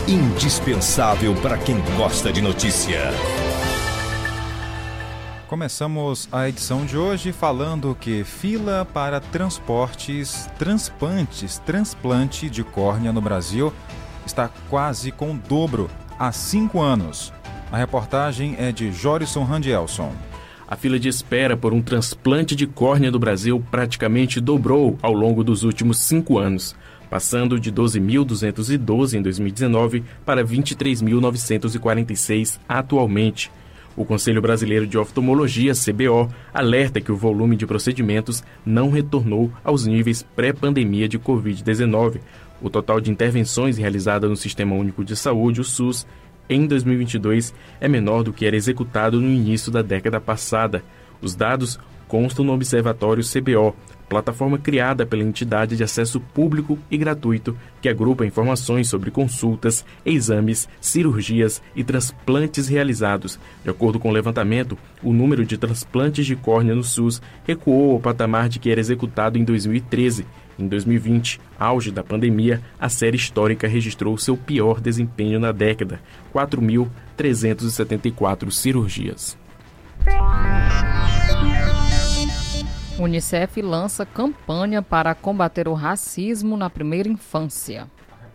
indispensável para quem gosta de notícia. Começamos a edição de hoje falando que fila para transplante de córnea no Brasil está quase com o dobro há 5 anos. A reportagem é de Jorison Randielson. A fila de espera por um transplante de córnea do Brasil praticamente dobrou ao longo dos últimos 5 anos, passando de 12.212 em 2019 para 23.946 atualmente. O Conselho Brasileiro de Oftalmologia, CBO, alerta que o volume de procedimentos não retornou aos níveis pré-pandemia de Covid-19. O total de intervenções realizadas no Sistema Único de Saúde, o SUS, em 2022 é menor do que era executado no início da década passada. Os dados constam no Observatório CBO, plataforma criada pela entidade de acesso público e gratuito que agrupa informações sobre consultas, exames, cirurgias e transplantes realizados. De acordo com o levantamento, o número de transplantes de córnea no SUS recuou ao patamar de que era executado em 2013. Em 2020, auge da pandemia, a série histórica registrou seu pior desempenho na década, 4.374 cirurgias. Unicef lança campanha para combater o racismo na primeira infância.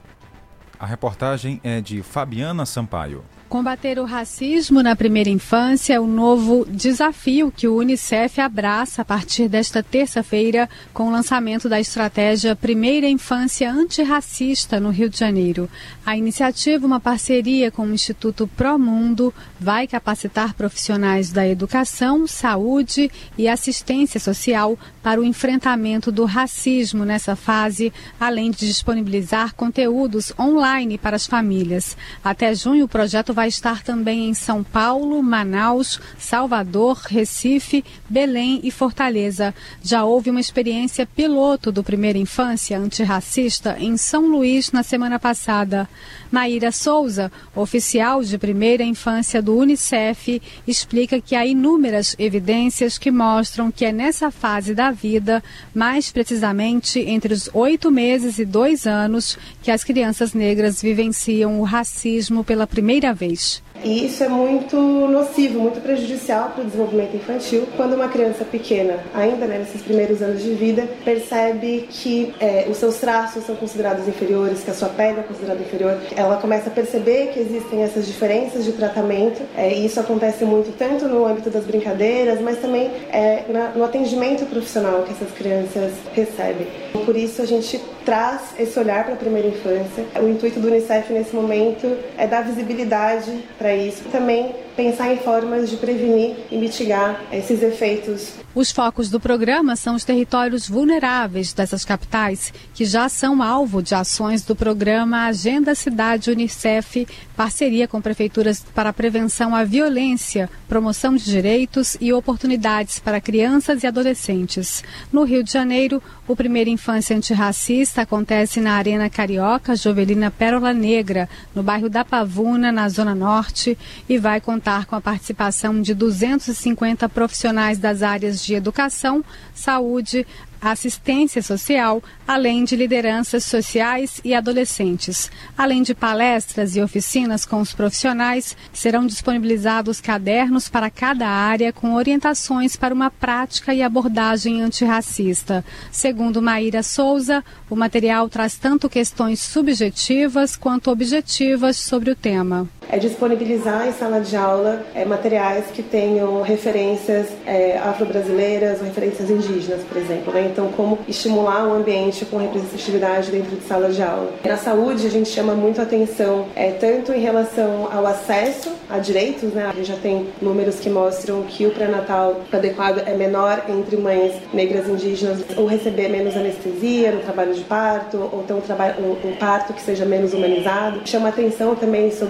A reportagem é de Fabiana Sampaio. Combater o racismo na primeira infância é o novo desafio que o Unicef abraça a partir desta terça-feira com o lançamento da estratégia Primeira Infância Antirracista no Rio de Janeiro. A iniciativa, uma parceria com o Instituto Promundo, vai capacitar profissionais da educação, saúde e assistência social para o enfrentamento do racismo nessa fase, além de disponibilizar conteúdos online para as famílias. Até junho, o projeto vai estar também em São Paulo, Manaus, Salvador, Recife, Belém e Fortaleza. Já houve uma experiência piloto do Primeira Infância Antirracista em São Luís na semana passada. Maíra Souza, oficial de Primeira Infância do Unicef, explica que há inúmeras evidências que mostram que é nessa fase da vida, mais precisamente entre os 8 meses e 2 anos, que as crianças negras vivenciam o racismo pela primeira vez. E isso é muito nocivo, muito prejudicial para o desenvolvimento infantil, quando uma criança pequena, ainda nesses primeiros anos de vida, percebe que os seus traços são considerados inferiores, que a sua pele é considerada inferior. Ela começa a perceber que existem essas diferenças de tratamento, e isso acontece muito tanto no âmbito das brincadeiras, mas também no atendimento profissional que essas crianças recebem. Por isso a gente traz esse olhar para a primeira infância. O intuito do Unicef nesse momento é dar visibilidade para isso, também pensar em formas de prevenir e mitigar esses efeitos. Os focos do programa são os territórios vulneráveis dessas capitais, que já são alvo de ações do programa Agenda Cidade Unicef, parceria com prefeituras para a prevenção à violência, promoção de direitos e oportunidades para crianças e adolescentes. No Rio de Janeiro, o Primeira Infância Antirracista acontece na Arena Carioca Jovelina Pérola Negra, no bairro da Pavuna, na Zona Norte, e vai contar com a participação de 250 profissionais das áreas de educação, saúde, assistência social, além de lideranças sociais e adolescentes. Além de palestras e oficinas com os profissionais, serão disponibilizados cadernos para cada área com orientações para uma prática e abordagem antirracista. Segundo Maíra Souza, o material traz tanto questões subjetivas quanto objetivas sobre o tema. É disponibilizar em sala de aula materiais que tenham referências afro-brasileiras ou referências indígenas, por exemplo, né? Então, como estimular um ambiente com representatividade dentro de sala de aula. Na saúde, a gente chama muito atenção, tanto em relação ao acesso a direitos, né? A gente já tem números que mostram que o pré-natal adequado é menor entre mães negras e indígenas, ou receber menos anestesia no trabalho de parto, ou ter um parto que seja menos humanizado. Chama atenção também sobre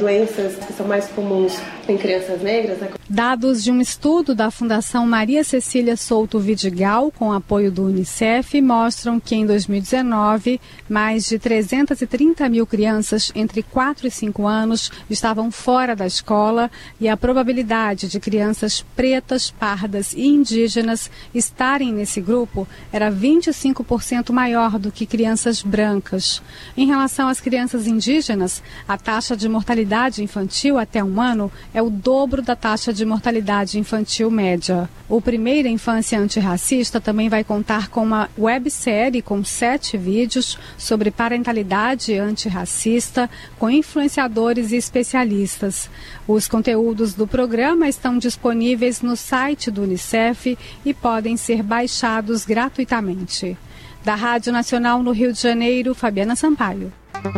doenças que são mais comuns em crianças negras, né? Dados de um estudo da Fundação Maria Cecília Souto Vidigal, com apoio do Unicef, mostram que em 2019, mais de 330 mil crianças entre 4 e 5 anos estavam fora da escola e a probabilidade de crianças pretas, pardas e indígenas estarem nesse grupo era 25% maior do que crianças brancas. Em relação às crianças indígenas, a taxa de mortalidade infantil até 1 ano é o dobro da taxa de mortalidade infantil média. O Primeira Infância Antirracista também vai contar com uma websérie com 7 vídeos sobre parentalidade antirracista com influenciadores e especialistas. Os conteúdos do programa estão disponíveis no site do Unicef e podem ser baixados gratuitamente. Da Rádio Nacional no Rio de Janeiro, Fabiana Sampaio.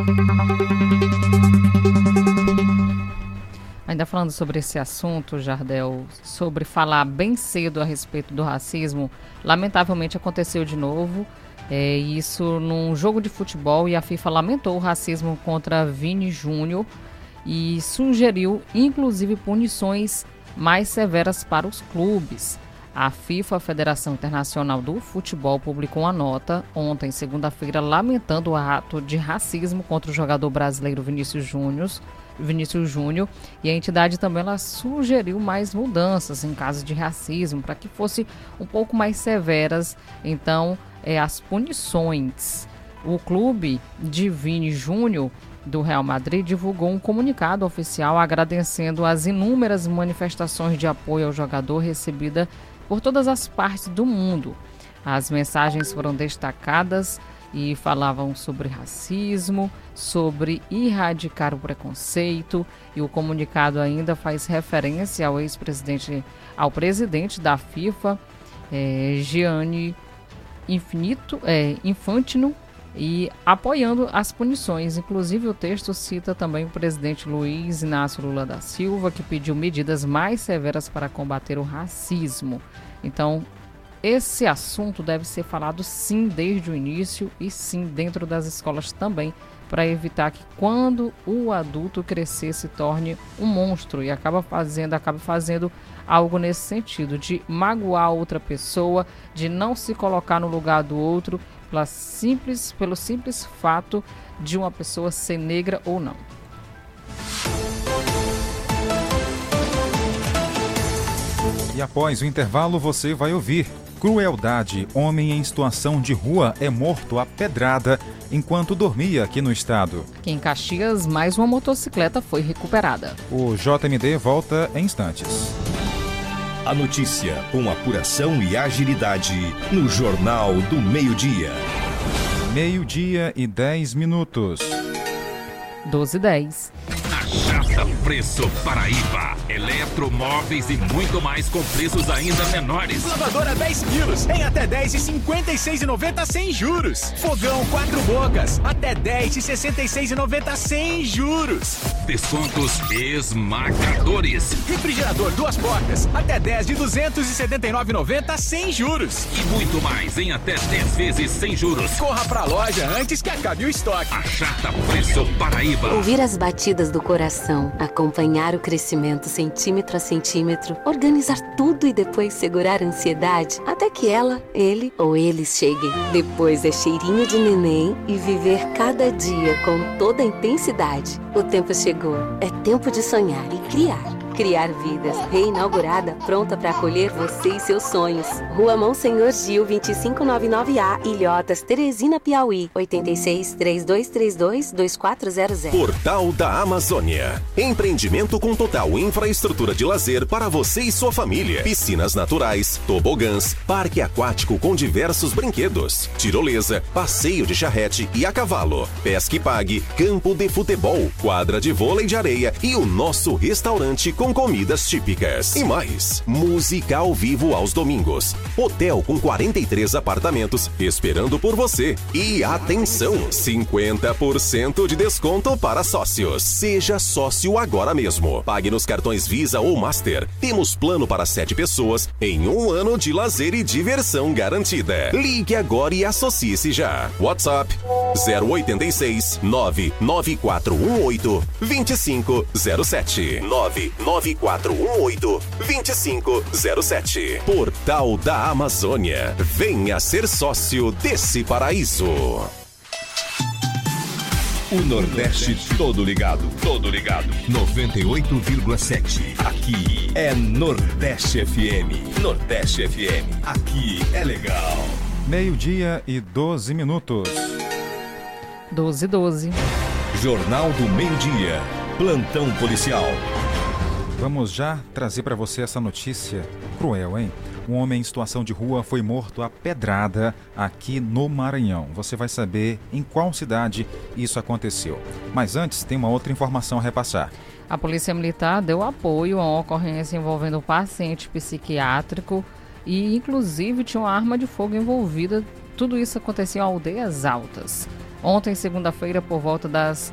Ainda falando sobre esse assunto, Jardel, sobre falar bem cedo a respeito do racismo, lamentavelmente aconteceu de novo, isso num jogo de futebol, e a FIFA lamentou o racismo contra Vini Júnior e sugeriu, inclusive, punições mais severas para os clubes. A FIFA, a Federação Internacional do Futebol, publicou uma nota ontem, segunda-feira, lamentando o ato de racismo contra o jogador brasileiro Vinícius Júnior, e a entidade também ela sugeriu mais mudanças em caso de racismo, para que fosse um pouco mais severas, então, as punições. O clube de Vini Júnior do Real Madrid divulgou um comunicado oficial agradecendo as inúmeras manifestações de apoio ao jogador recebida por todas as partes do mundo. As mensagens foram destacadas e falavam sobre racismo, sobre erradicar o preconceito, e o comunicado ainda faz referência ao presidente da FIFA, Gianni Infantino, e apoiando as punições. Inclusive, o texto cita também o presidente Luiz Inácio Lula da Silva, que pediu medidas mais severas para combater o racismo. Então, esse assunto deve ser falado sim desde o início e sim dentro das escolas também, para evitar que quando o adulto crescer se torne um monstro e acabe fazendo algo nesse sentido, de magoar outra pessoa, de não se colocar no lugar do outro, pelo simples fato de uma pessoa ser negra ou não. E após o intervalo você vai ouvir: crueldade, homem em situação de rua é morto a pedrada enquanto dormia aqui no estado. Em Caxias, mais uma motocicleta foi recuperada. O JMD volta em instantes. A notícia com apuração e agilidade no Jornal do Meio-Dia. 12:10. 12:10. Achata Preço Paraíba. Eletromóveis e muito mais com preços ainda menores. Lavadora 10 quilos em até 10,56,90 sem juros. Fogão 4 bocas até 10,66,90 sem juros. Descontos esmagadores. Refrigerador 2 portas até 10 de 279,90 sem juros. E muito mais em até 10 vezes sem juros. Corra pra loja antes que acabe o estoque. Achata Preço Paraíba. Ouvir as batidas do coração, acompanhar o crescimento centímetro a centímetro, organizar tudo e depois segurar a ansiedade até que ele ou eles cheguem. Depois é cheirinho de neném e viver cada dia com toda a intensidade. O tempo chegou. É tempo de sonhar e criar. Criar Vidas, reinaugurada, pronta para acolher você e seus sonhos. Rua Monsenhor Gil, 2599A, Ilhotas, Teresina, Piauí, 86-3232-2400. Portal da Amazônia. Empreendimento com total infraestrutura de lazer para você e sua família. Piscinas naturais, tobogãs, parque aquático com diversos brinquedos, tirolesa, passeio de charrete e a cavalo, pesca e pague, campo de futebol, quadra de vôlei de areia e o nosso restaurante com comidas típicas. E mais, música ao vivo aos domingos. Hotel com 43 apartamentos esperando por você. E atenção, 50% de desconto para sócios. Seja sócio agora mesmo. Pague nos cartões Visa ou Master. Temos plano para 7 pessoas em 1 ano de lazer e diversão garantida. Ligue agora e associe-se já. WhatsApp 086 99418 2507. 99418 2507. Portal da Amazônia. Venha ser sócio desse paraíso. O Nordeste todo ligado. 98,7. Aqui é Nordeste FM. Nordeste FM. Aqui é legal. 12:12. 12:12. Jornal do Meio-Dia. Plantão policial. Vamos já trazer para você essa notícia cruel, hein? Um homem em situação de rua foi morto a pedrada aqui no Maranhão. Você vai saber em qual cidade isso aconteceu. Mas antes, tem uma outra informação a repassar. A Polícia Militar deu apoio a uma ocorrência envolvendo um paciente psiquiátrico e, inclusive, tinha uma arma de fogo envolvida. Tudo isso acontecia em Aldeias Altas. Ontem, segunda-feira, por volta das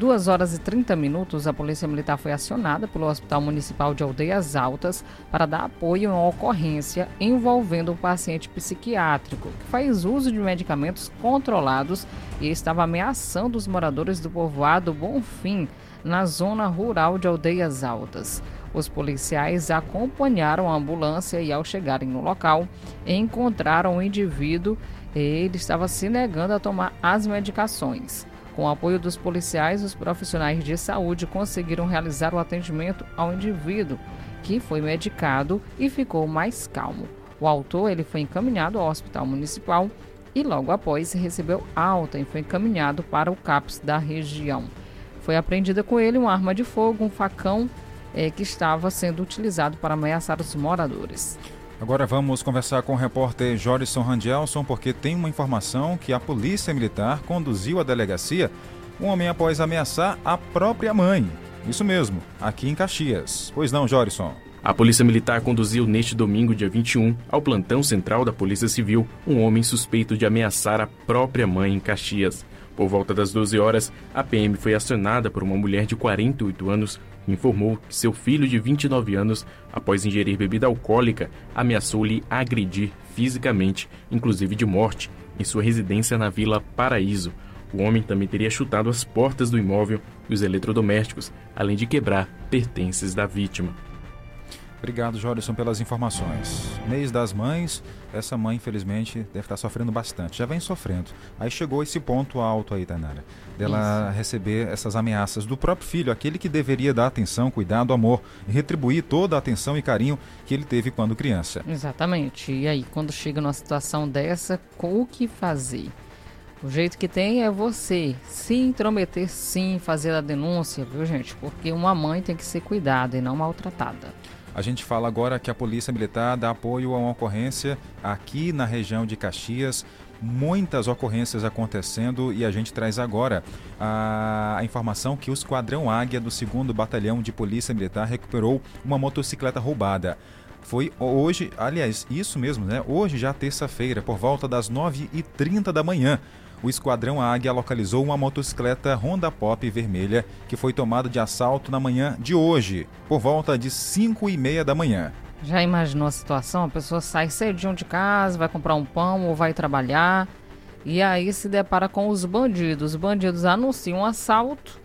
2h30, a Polícia Militar foi acionada pelo Hospital Municipal de Aldeias Altas para dar apoio a uma ocorrência envolvendo um paciente psiquiátrico que faz uso de medicamentos controlados e estava ameaçando os moradores do povoado Bonfim, na zona rural de Aldeias Altas. Os policiais acompanharam a ambulância e, ao chegarem no local, encontraram o indivíduo. Ele estava se negando a tomar as medicações. Com o apoio dos policiais, os profissionais de saúde conseguiram realizar o atendimento ao indivíduo, que foi medicado e ficou mais calmo. O autor ele foi encaminhado ao Hospital Municipal e logo após recebeu alta e foi encaminhado para o CAPS da região. Foi apreendida com ele uma arma de fogo, um facão que estava sendo utilizado para ameaçar os moradores. Agora vamos conversar com o repórter Jorison Randielson, porque tem uma informação que a Polícia Militar conduziu à delegacia um homem após ameaçar a própria mãe. Isso mesmo, aqui em Caxias. Pois não, Jorison? A Polícia Militar conduziu neste domingo, dia 21, ao plantão central da Polícia Civil, um homem suspeito de ameaçar a própria mãe em Caxias. Por volta das 12 horas, a PM foi acionada por uma mulher de 48 anos que informou que seu filho de 29 anos, após ingerir bebida alcoólica, ameaçou-lhe agredir fisicamente, inclusive de morte, em sua residência na Vila Paraíso. O homem também teria chutado as portas do imóvel e os eletrodomésticos, além de quebrar pertences da vítima. Obrigado, Jorison, pelas informações. Mês das Mães, essa mãe, infelizmente, deve estar sofrendo bastante. Já vem sofrendo. Aí chegou esse ponto alto aí, Tainara, dela receber essas ameaças do próprio filho, aquele que deveria dar atenção, cuidado, amor, e retribuir toda a atenção e carinho que ele teve quando criança. Exatamente. E aí, quando chega numa situação dessa, o que fazer? O jeito que tem é você se intrometer, sim, fazer a denúncia, viu, gente? Porque uma mãe tem que ser cuidada e não maltratada. A gente fala agora que a Polícia Militar dá apoio a uma ocorrência aqui na região de Caxias. Muitas ocorrências acontecendo e a gente traz agora a informação que o Esquadrão Águia do 2º Batalhão de Polícia Militar recuperou uma motocicleta roubada. Foi hoje, aliás, isso mesmo, né? Hoje, já terça-feira, por volta das 9h30 da manhã. O Esquadrão Águia localizou uma motocicleta Honda Pop vermelha que foi tomada de assalto na manhã de hoje, por volta de 5h30 da manhã. Já imaginou a situação? A pessoa sai cedinho de casa, vai comprar um pão ou vai trabalhar e aí se depara com os bandidos. Os bandidos anunciam um assalto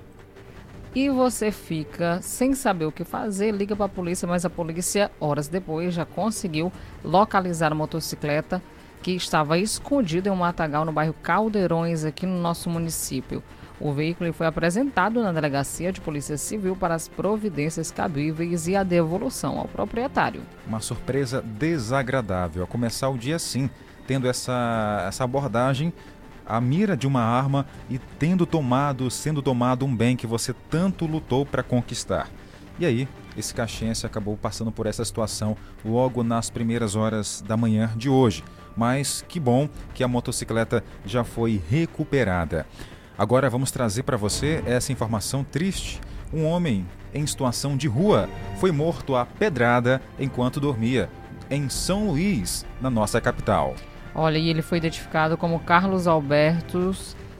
e você fica sem saber o que fazer, liga para a polícia, mas a polícia, horas depois, já conseguiu localizar a motocicleta que estava escondido em um matagal no bairro Caldeirões, aqui no nosso município. O veículo foi apresentado na Delegacia de Polícia Civil para as providências cabíveis e a devolução ao proprietário. Uma surpresa desagradável, a começar o dia assim, tendo essa abordagem, a mira de uma arma e sendo tomado um bem que você tanto lutou para conquistar. E aí, esse caxiense acabou passando por essa situação logo nas primeiras horas da manhã de hoje. Mas que bom que a motocicleta já foi recuperada. Agora vamos trazer para você essa informação triste. Um homem em situação de rua foi morto a pedrada enquanto dormia em São Luís, na nossa capital. Olha, e ele foi identificado como Carlos Alberto,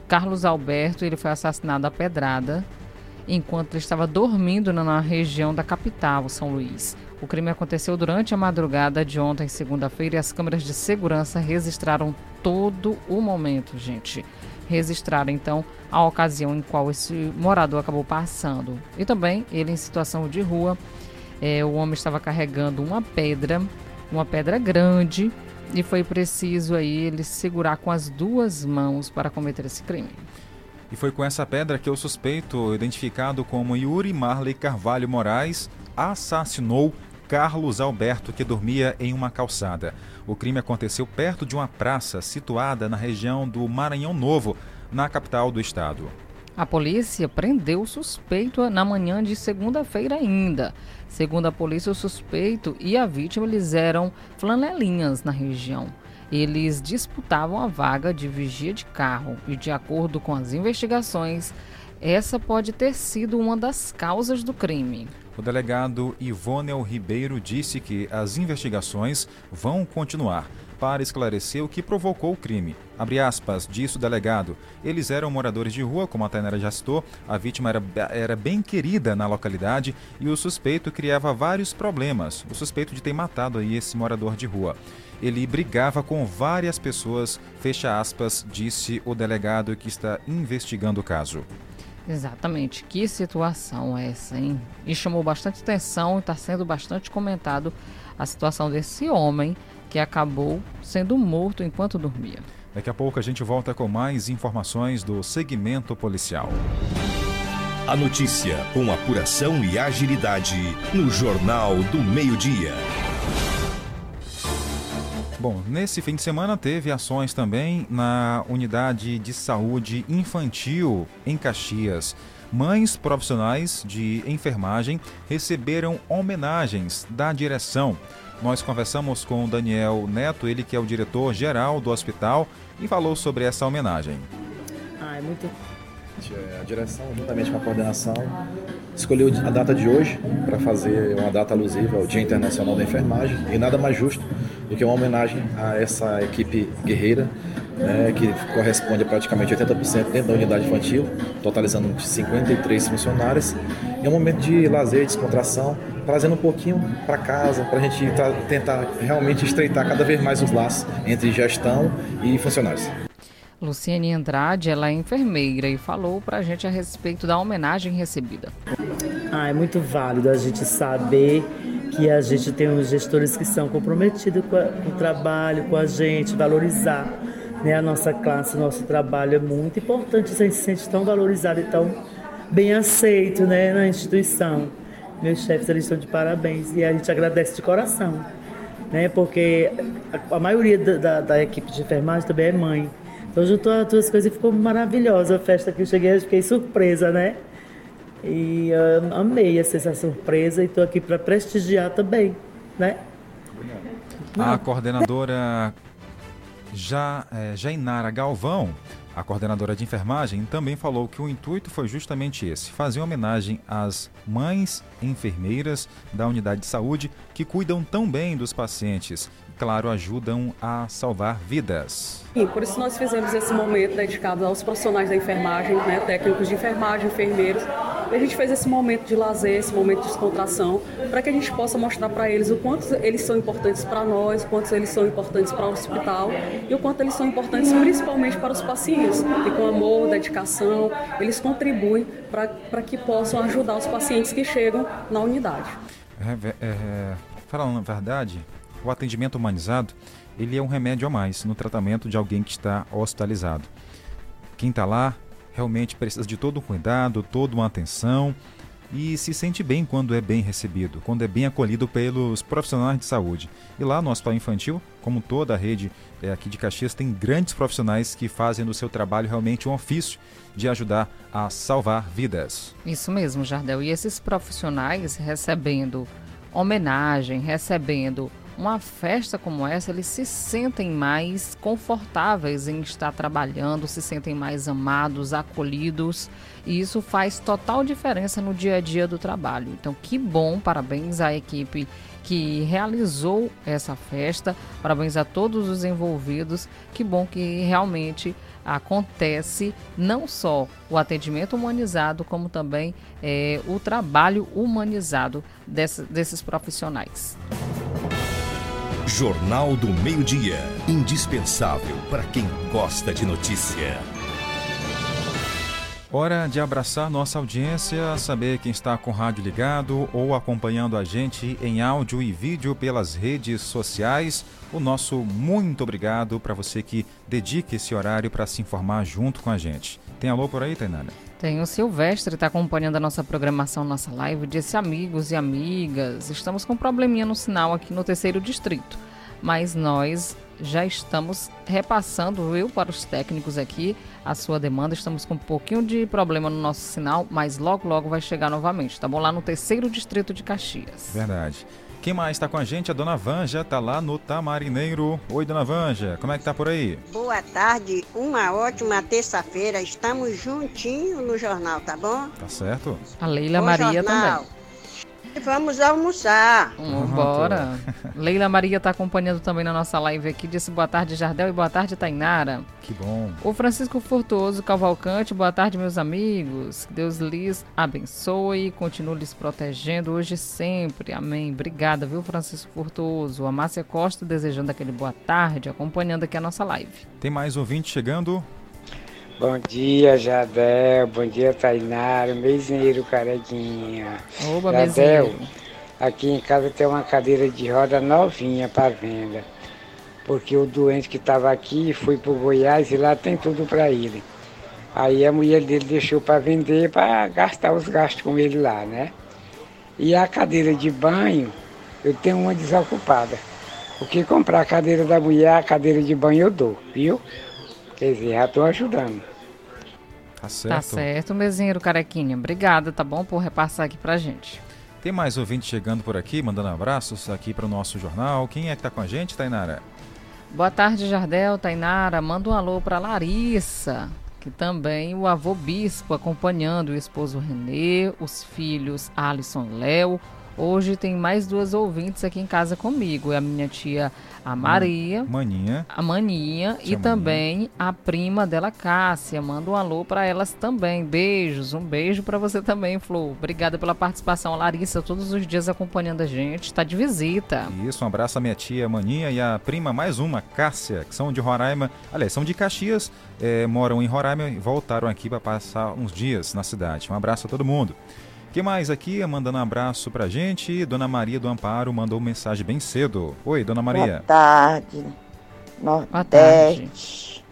ele foi assassinado a pedrada enquanto ele estava dormindo na região da capital, São Luís. O crime aconteceu durante a madrugada de ontem, segunda-feira, e as câmeras de segurança registraram todo o momento, gente. registraram então a ocasião em qual esse morador acabou passando. E também ele em situação de rua, o homem estava carregando uma pedra grande, e foi preciso aí ele segurar com as 2 mãos para cometer esse crime. E foi com essa pedra que o suspeito, identificado como Yuri Marley Carvalho Moraes, assassinou Carlos Alberto, que dormia em uma calçada. O crime aconteceu perto de uma praça situada na região do Maranhão Novo, na capital do estado. A polícia prendeu o suspeito na manhã de segunda-feira ainda. Segundo a polícia, o suspeito e a vítima eles eram flanelinhas na região. Eles disputavam a vaga de vigia de carro e, de acordo com as investigações, essa pode ter sido uma das causas do crime. O delegado Ivonel Ribeiro disse que as investigações vão continuar para esclarecer o que provocou o crime. Abre aspas, disse o delegado. Eles eram moradores de rua, como a Tainara já citou. A vítima era bem querida na localidade e o suspeito criava vários problemas. O suspeito de ter matado aí esse morador de rua. Ele brigava com várias pessoas, fecha aspas, disse o delegado que está investigando o caso. Exatamente, que situação é essa, hein? E chamou bastante atenção e está sendo bastante comentado a situação desse homem que acabou sendo morto enquanto dormia. Daqui a pouco a gente volta com mais informações do segmento policial. A notícia com apuração e agilidade no Jornal do Meio-Dia. Bom, nesse fim de semana teve ações também na Unidade de Saúde Infantil em Caxias. Mães profissionais de enfermagem receberam homenagens da direção. Nós conversamos com o Daniel Neto, ele que é o diretor-geral do hospital, e falou sobre essa homenagem. É muito... A direção, juntamente com a coordenação, escolheu a data de hoje para fazer uma data alusiva ao Dia Internacional da Enfermagem, e nada mais justo do que uma homenagem a essa equipe guerreira, que corresponde a praticamente 80% dentro da unidade infantil, totalizando 53 funcionários. É um momento de lazer, descontração, trazendo um pouquinho para casa, para a gente tentar realmente estreitar cada vez mais os laços entre gestão e funcionários. Luciane Andrade, ela é enfermeira e falou para a gente a respeito da homenagem recebida. É muito válido a gente saber que a gente tem uns gestores que são comprometidos com o trabalho, com a gente, valorizar, né, a nossa classe, o nosso trabalho é muito importante, a gente se sente tão valorizado e tão bem aceito, né, na instituição. Meus chefes, eles estão de parabéns e a gente agradece de coração, né, porque a maioria da equipe de enfermagem também é mãe. Então juntou as duas coisas e ficou maravilhosa a festa que eu cheguei, eu fiquei surpresa, né? E eu amei essa surpresa e estou aqui para prestigiar também, né? A coordenadora Jainara Galvão, a coordenadora de enfermagem, também falou que o intuito foi justamente esse, fazer homenagem às mães enfermeiras da unidade de saúde que cuidam tão bem dos pacientes e, claro, ajudam a salvar vidas. Sim, por isso nós fizemos esse momento dedicado aos profissionais da enfermagem, né, técnicos de enfermagem, enfermeiros. E a gente fez esse momento de lazer, esse momento de descontração, para que a gente possa mostrar para eles o quanto eles são importantes para nós, o quanto eles são importantes para o hospital e o quanto eles são importantes principalmente para os pacientes. E com amor, dedicação, eles contribuem para que possam ajudar os pacientes que chegam na unidade. Falando a verdade, o atendimento humanizado, ele é um remédio a mais no tratamento de alguém que está hospitalizado. Quem está lá realmente precisa de todo um cuidado, toda uma atenção e se sente bem quando é bem recebido, quando é bem acolhido pelos profissionais de saúde. E lá no Hospital Infantil, como toda a rede aqui de Caxias, tem grandes profissionais que fazem do seu trabalho realmente um ofício de ajudar a salvar vidas. Isso mesmo, Jardel. E esses profissionais recebendo homenagem, recebendo uma festa como essa, eles se sentem mais confortáveis em estar trabalhando, se sentem mais amados, acolhidos, e isso faz total diferença no dia a dia do trabalho. Então, que bom, parabéns à equipe que realizou essa festa, parabéns a todos os envolvidos, que bom que realmente acontece não só o atendimento humanizado, como também o trabalho humanizado desses profissionais. Jornal do Meio-Dia, indispensável para quem gosta de notícia. Hora de abraçar nossa audiência, saber quem está com o rádio ligado ou acompanhando a gente em áudio e vídeo pelas redes sociais. O nosso muito obrigado para você que dedica esse horário para se informar junto com a gente. Tem alô por aí, Tainara? Tem o Silvestre, está acompanhando a nossa programação, nossa live. Disse: amigos e amigas, estamos com um probleminha no sinal aqui no Terceiro Distrito, mas nós já estamos repassando, para os técnicos aqui a sua demanda. Estamos com um pouquinho de problema no nosso sinal, mas logo vai chegar novamente, tá bom? Lá no Terceiro Distrito de Caxias. Verdade. Quem mais está com a gente? A Dona Vanja está lá no Tamarineiro. Oi, Dona Vanja, como é que tá por aí? Boa tarde, uma ótima terça-feira. Estamos juntinhos no jornal, tá bom? Tá certo. A Leila Maria também. Vamos almoçar. Bora. Leila Maria está acompanhando também na nossa live aqui. Disse boa tarde, Jardel, e boa tarde, Tainara. Que bom. O Francisco Furtuoso Cavalcante, boa tarde, meus amigos. Que Deus lhes abençoe e continue lhes protegendo hoje e sempre. Amém. Obrigada, viu, Francisco Furtuoso. A Márcia Costa desejando aquele boa tarde, acompanhando aqui a nossa live. Tem mais ouvinte chegando. Bom dia, Jardel. Bom dia, Tainara. Mesinheiro Carequinha. Oba, Jardel, mesinheiro. Aqui em casa tem uma cadeira de roda novinha para venda. Porque o doente que estava aqui foi para o Goiás e lá tem tudo para ele. Aí a mulher dele deixou para vender para gastar os gastos com ele lá, né? E a cadeira de banho, eu tenho uma desocupada. Porque comprar a cadeira da mulher, a cadeira de banho eu dou, viu? Quer dizer, já estou ajudando. Tá certo. Tá certo, mesinheiro Carequinha. Obrigada, tá bom, por repassar aqui pra gente. Tem mais ouvinte chegando por aqui, mandando abraços aqui para o nosso jornal. Quem é que tá com a gente, Tainara? Boa tarde, Jardel, Tainara. Manda um alô pra Larissa, que também o avô Bispo acompanhando o esposo Renê, os filhos Alisson e Léo. Hoje tem mais duas ouvintes aqui em casa comigo. É a minha tia, a Maria. Maninha. A Maninha. E também a prima dela, Cássia. Manda um alô para elas também. Beijos. Um beijo para você também, Flor. Obrigada pela participação. Larissa, todos os dias acompanhando a gente. Está de visita. Isso, um abraço à minha tia, Maninha, e a prima mais uma, Cássia, que são de Roraima. Aliás, são de Caxias, moram em Roraima e voltaram aqui para passar uns dias na cidade. Um abraço a todo mundo. Quem mais aqui mandando um abraço pra gente? Dona Maria do Amparo mandou mensagem bem cedo. Oi, Dona Maria. Boa tarde. Nordeste.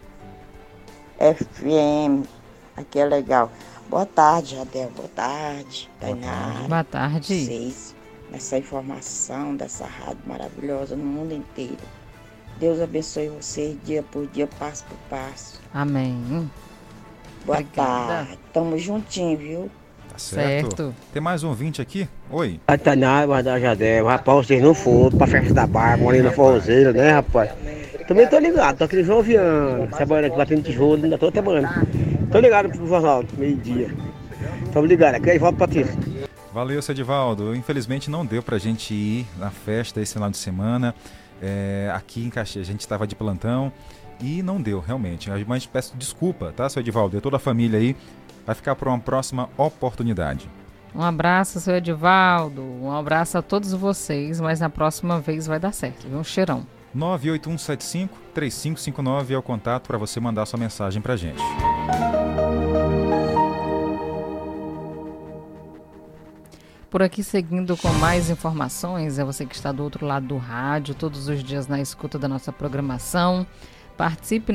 FM. Aqui é legal. Boa tarde, Jardel. Boa tarde, Tainara. Boa tarde. Vocês, nessa informação dessa rádio maravilhosa no mundo inteiro. Deus abençoe vocês dia por dia, passo por passo. Amém. Boa Obrigada. tarde. Tamo juntinho, viu? Certo. Tem mais um ouvinte aqui? Oi. A Tainara, vai dar Jardel. Rapaz, vocês não foram pra festa da barba, ali na forrozeira, né, rapaz? Também tô ligado, tô aqui no João Viana, trabalhando aqui, batendo tijolo, ainda tô trabalhando. Tô ligado pro jornal, meio-dia. Tamo ligado, aqui aí volta pra ti. Valeu, seu Edivaldo. Infelizmente não deu pra gente ir na festa esse final de semana. Aqui em Caxias, a gente estava de plantão e não deu, realmente. Mas peço desculpa, tá, seu Edivaldo? E toda a família aí. Vai ficar para uma próxima oportunidade. Um abraço, seu Edivaldo. Um abraço a todos vocês, mas na próxima vez vai dar certo, viu? Um cheirão. 98175-3559 é o contato para você mandar sua mensagem para a gente. Por aqui, seguindo com mais informações, é você que está do outro lado do rádio, todos os dias na escuta da nossa programação. Participe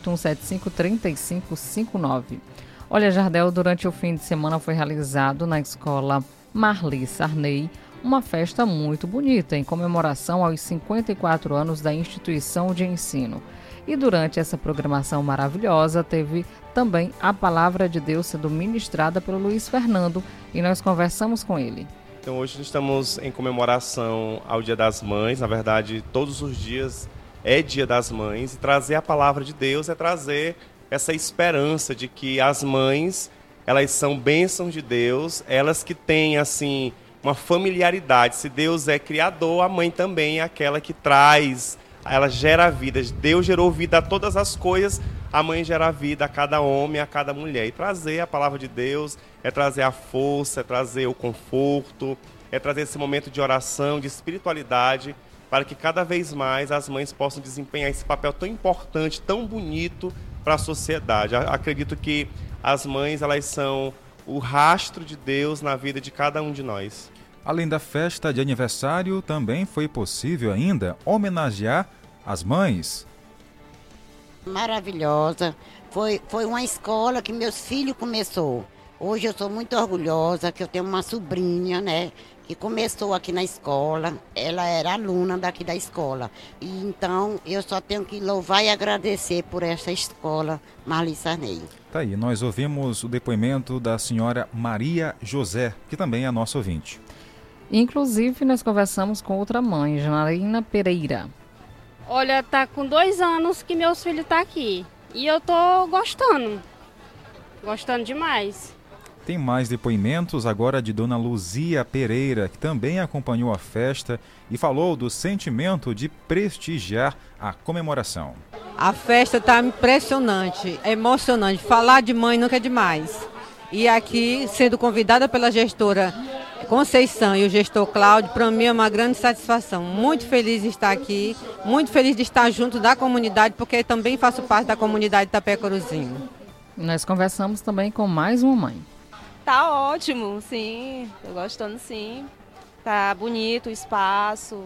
98175-3559. Olha, Jardel, durante o fim de semana foi realizado na escola Marli Sarney uma festa muito bonita em comemoração aos 54 anos da instituição de ensino. E durante essa programação maravilhosa teve também a palavra de Deus sendo ministrada pelo Luiz Fernando e nós conversamos com ele. Então hoje estamos em comemoração ao Dia das Mães, na verdade todos os dias é Dia das Mães e trazer a palavra de Deus é trazer essa esperança de que as mães, elas são bênçãos de Deus, elas que têm, assim, uma familiaridade. Se Deus é criador, a mãe também é aquela que traz, ela gera vida. Deus gerou vida a todas as coisas, a mãe gera vida a cada homem, a cada mulher. E trazer a palavra de Deus é trazer a força, é trazer o conforto, é trazer esse momento de oração, de espiritualidade, para que cada vez mais as mães possam desempenhar esse papel tão importante, tão bonito, para a sociedade. Acredito que as mães, elas são o rastro de Deus na vida de cada um de nós. Além da festa de aniversário, também foi possível ainda homenagear as mães. Maravilhosa. Foi uma escola que meus filhos começou. Hoje eu sou muito orgulhosa que eu tenho uma sobrinha, né, que começou aqui na escola. Ela era aluna daqui da escola. E então eu só tenho que louvar e agradecer por essa escola Marli Sarney. Tá aí, nós ouvimos o depoimento da senhora Maria José, que também é nossa ouvinte. Inclusive, nós conversamos com outra mãe, Janaína Pereira. Olha, tá com 2 anos que meus filhos tá aqui. E eu tô gostando. Gostando demais. Tem mais depoimentos agora de Dona Luzia Pereira, que também acompanhou a festa e falou do sentimento de prestigiar a comemoração. A festa tá impressionante, emocionante. Falar de mãe nunca é demais. E aqui, sendo convidada pela gestora Conceição e o gestor Cláudio, para mim é uma grande satisfação. Muito feliz de estar aqui, muito feliz de estar junto da comunidade, porque também faço parte da comunidade Itapecuruzinho. Nós conversamos também com mais uma mãe. Tá ótimo, sim, tô gostando sim. Tá bonito o espaço,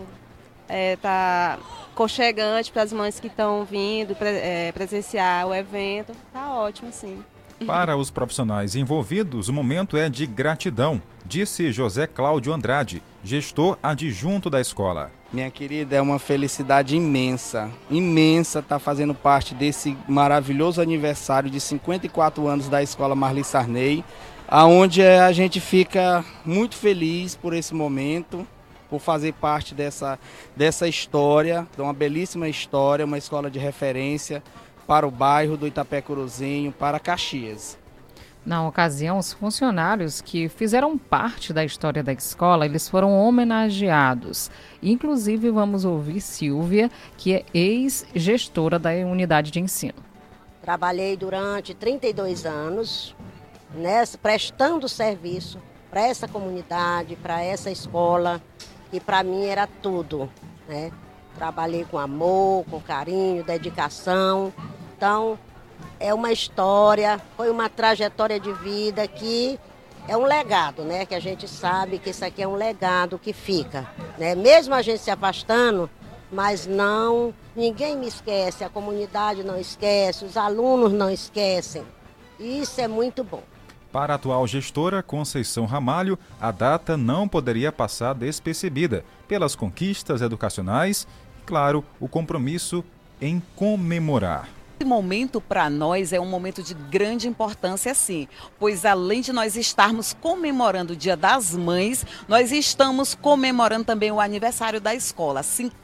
tá aconchegante para as mães que estão vindo presenciar o evento. Tá ótimo, sim. Para os profissionais envolvidos, o momento é de gratidão, disse José Cláudio Andrade, gestor adjunto da escola. Minha querida, é uma felicidade imensa estar fazendo parte desse maravilhoso aniversário de 54 anos da Escola Marli Sarney, onde a gente fica muito feliz por esse momento, por fazer parte dessa história, de uma belíssima história, uma escola de referência para o bairro do Itapecuruzinho, para Caxias. Na ocasião, os funcionários que fizeram parte da história da escola, eles foram homenageados. Inclusive, vamos ouvir Silvia, que é ex-gestora da unidade de ensino. Trabalhei durante 32 anos, prestando serviço para essa comunidade, para essa escola, que para mim era tudo, né? Trabalhei com amor, com carinho, dedicação. Então, é uma história, foi uma trajetória de vida que é um legado, né? Que a gente sabe que isso aqui é um legado que fica, né? Mesmo a gente se afastando, mas ninguém me esquece, a comunidade não esquece, os alunos não esquecem. Isso é muito bom. Para a atual gestora Conceição Ramalho, a data não poderia passar despercebida pelas conquistas educacionais e, claro, o compromisso em comemorar. Esse momento para nós é um momento de grande importância, sim, pois além de nós estarmos comemorando o Dia das Mães, nós estamos comemorando também o aniversário da escola,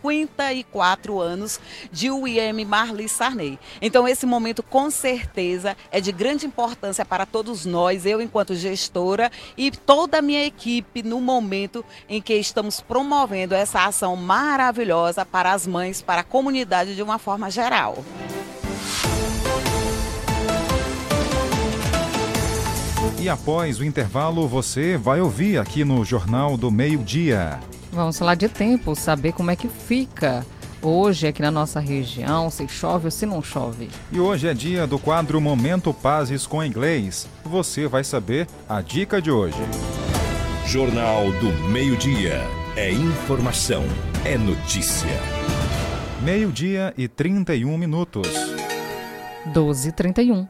54 anos de UIM Marli Sarney. Então esse momento com certeza é de grande importância para todos nós, eu enquanto gestora e toda a minha equipe no momento em que estamos promovendo essa ação maravilhosa para as mães, para a comunidade de uma forma geral. E após o intervalo, você vai ouvir aqui no Jornal do Meio-Dia. Vamos falar de tempo, saber como é que fica hoje aqui na nossa região, se chove ou se não chove. E hoje é dia do quadro Momento Pazes com Inglês. Você vai saber a dica de hoje. Jornal do Meio-Dia. É informação, é notícia. 12:31. 12h31.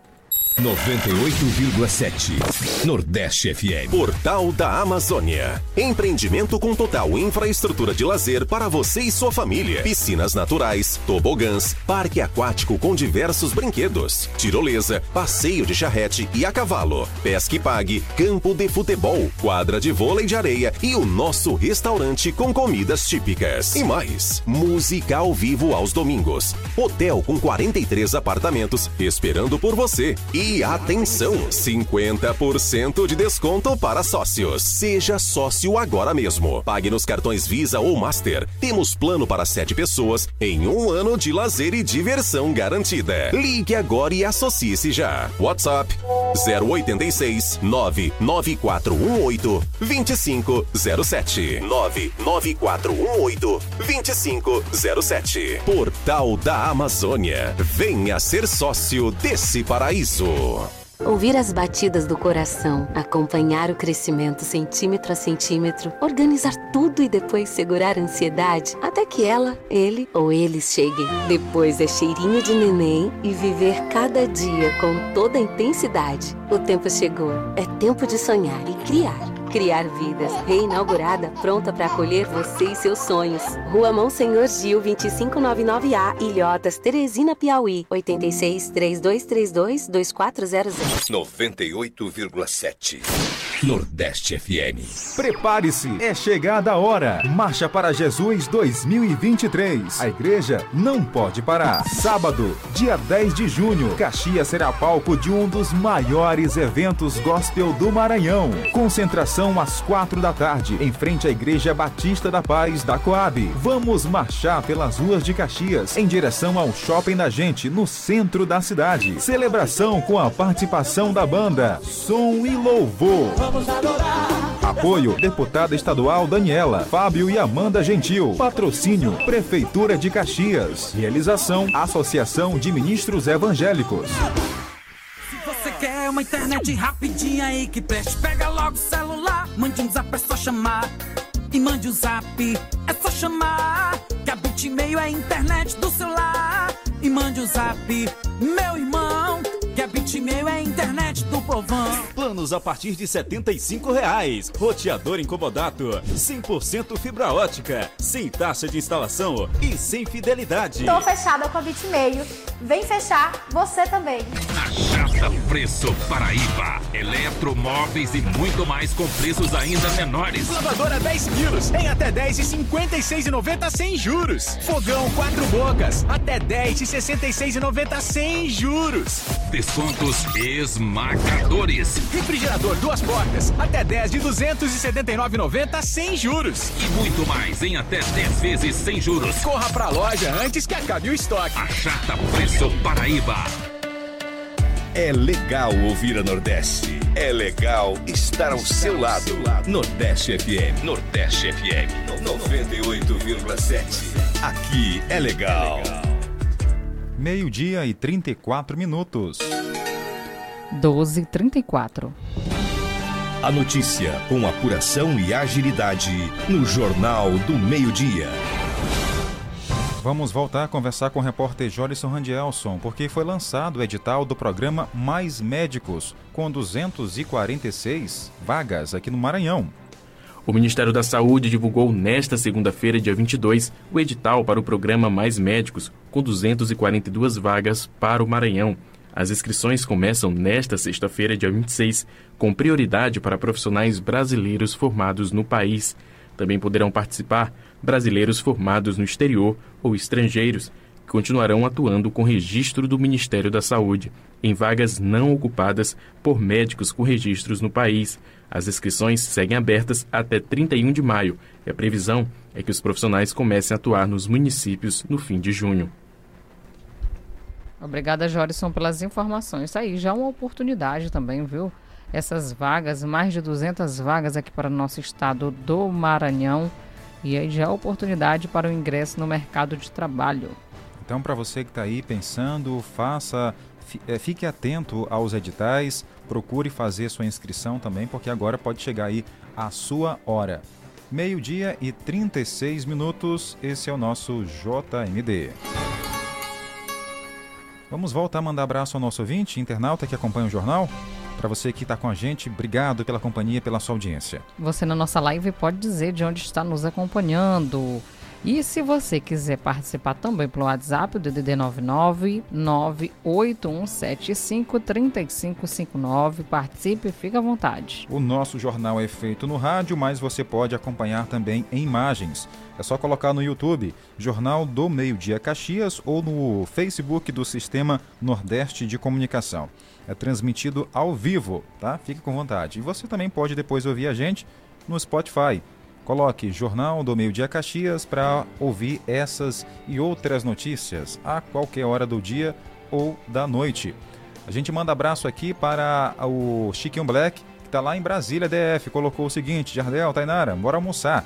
98,7 Nordeste FM. Portal da Amazônia. Empreendimento com total infraestrutura de lazer para você e sua família. Piscinas naturais, tobogãs, parque aquático com diversos brinquedos, tirolesa, passeio de charrete e a cavalo, pesca e pague, campo de futebol, quadra de vôlei de areia e o nosso restaurante com comidas típicas. E mais, música ao vivo aos domingos. Hotel com 43 apartamentos esperando por você. E atenção, 50% de desconto para sócios. Seja sócio agora mesmo. Pague nos cartões Visa ou Master. Temos plano para 7 pessoas em 1 ano de lazer e diversão garantida. Ligue agora e associe-se já. WhatsApp 086 99418 2507. 99418 2507. Portal da Amazônia. Venha ser sócio desse paraíso. Ouvir as batidas do coração, acompanhar o crescimento centímetro a centímetro, organizar tudo e depois segurar a ansiedade até que ela, ele ou eles cheguem. Depois é cheirinho de neném e viver cada dia com toda a intensidade. O tempo chegou. É tempo de sonhar e criar. Criar Vidas, reinaugurada, pronta para acolher você e seus sonhos. Rua Monsenhor Gil, 2599A, Ilhotas, Teresina, Piauí. 86-3232-2400. 98,7 Nordeste FM. Prepare-se, é chegada a hora. Marcha para Jesus 2023. A igreja não pode parar. Sábado, dia 10 de junho, Caxias será palco de um dos maiores eventos gospel do Maranhão. Concentração às 4 da tarde, em frente à Igreja Batista da Paz da Coab. Vamos marchar pelas ruas de Caxias, em direção ao Shopping da Gente, no centro da cidade. Celebração com a participação da banda Som e Louvor. Vamos adorar. Apoio, deputada estadual Daniela, Fábio e Amanda Gentil. Patrocínio, Prefeitura de Caxias. Realização, Associação de Ministros Evangélicos. Você quer uma internet rapidinha aí que preste? Pega logo o celular, mande um zap, é só chamar. E mande um zap, é só chamar. Que a Bitmail é a internet do celular. E mande um zap, meu irmão. Que a Bitmail é a internet do povão. Planos a partir de R$ 75,00. Roteador incomodato, 100% fibra ótica, sem taxa de instalação e sem fidelidade. Tô fechada com a Bitmail. Vem fechar você também. Achata Preço Paraíba. Eletromóveis e muito mais com preços ainda menores. Lavadora 10 quilos em até 10,56,90 sem juros. Fogão 4 bocas até 10,66,90 sem juros. Descontos esmagadores. Refrigerador 2 portas até 10 de 279,90 sem juros. E muito mais em até 10 vezes sem juros. Corra pra loja antes que acabe o estoque. Achata Preço Paraíba. É legal ouvir a Nordeste. É legal estar ao seu lado. Nordeste FM. Nordeste FM. 98,7. Aqui é legal. 12h e 34 minutos. 12h34. A notícia com apuração e agilidade no Jornal do Meio-Dia. Vamos voltar a conversar com o repórter Jorisson Randielson, porque foi lançado o edital do programa Mais Médicos, com 246 vagas aqui no Maranhão. O Ministério da Saúde divulgou nesta segunda-feira, dia 22, o edital para o programa Mais Médicos, com 242 vagas para o Maranhão. As inscrições começam nesta sexta-feira, dia 26, com prioridade para profissionais brasileiros formados no país. Também poderão participar brasileiros formados no exterior ou estrangeiros, que continuarão atuando com registro do Ministério da Saúde, em vagas não ocupadas por médicos com registros no país. As inscrições seguem abertas até 31 de maio e a previsão é que os profissionais comecem a atuar nos municípios no fim de junho. Obrigada, Jorisson, pelas informações. Isso aí já é uma oportunidade também, viu? Essas vagas, mais de 200 vagas aqui para o nosso estado do Maranhão. E aí já é oportunidade para o ingresso no mercado de trabalho. Então, para você que está aí pensando, fique atento aos editais, procure fazer sua inscrição também, porque agora pode chegar aí a sua hora. 12h e 36 minutos, esse é o nosso JMD. Vamos voltar a mandar abraço ao nosso ouvinte, internauta que acompanha o jornal. Para você que está com a gente, obrigado pela companhia, pela sua audiência. Você na nossa live pode dizer de onde está nos acompanhando. E se você quiser participar também pelo WhatsApp, o DDD 99181753559, participe e fique à vontade. O nosso jornal é feito no rádio, mas você pode acompanhar também em imagens. É só colocar no YouTube, Jornal do Meio-Dia Caxias, ou no Facebook do Sistema Nordeste de Comunicação. É transmitido ao vivo, tá? Fique com vontade. E você também pode depois ouvir a gente no Spotify. Coloque Jornal do Meio-Dia Caxias para ouvir essas e outras notícias a qualquer hora do dia ou da noite. A gente manda abraço aqui para o Chiquinho Black, que está lá em Brasília, DF. Colocou o seguinte: Jardel, Tainara, bora almoçar.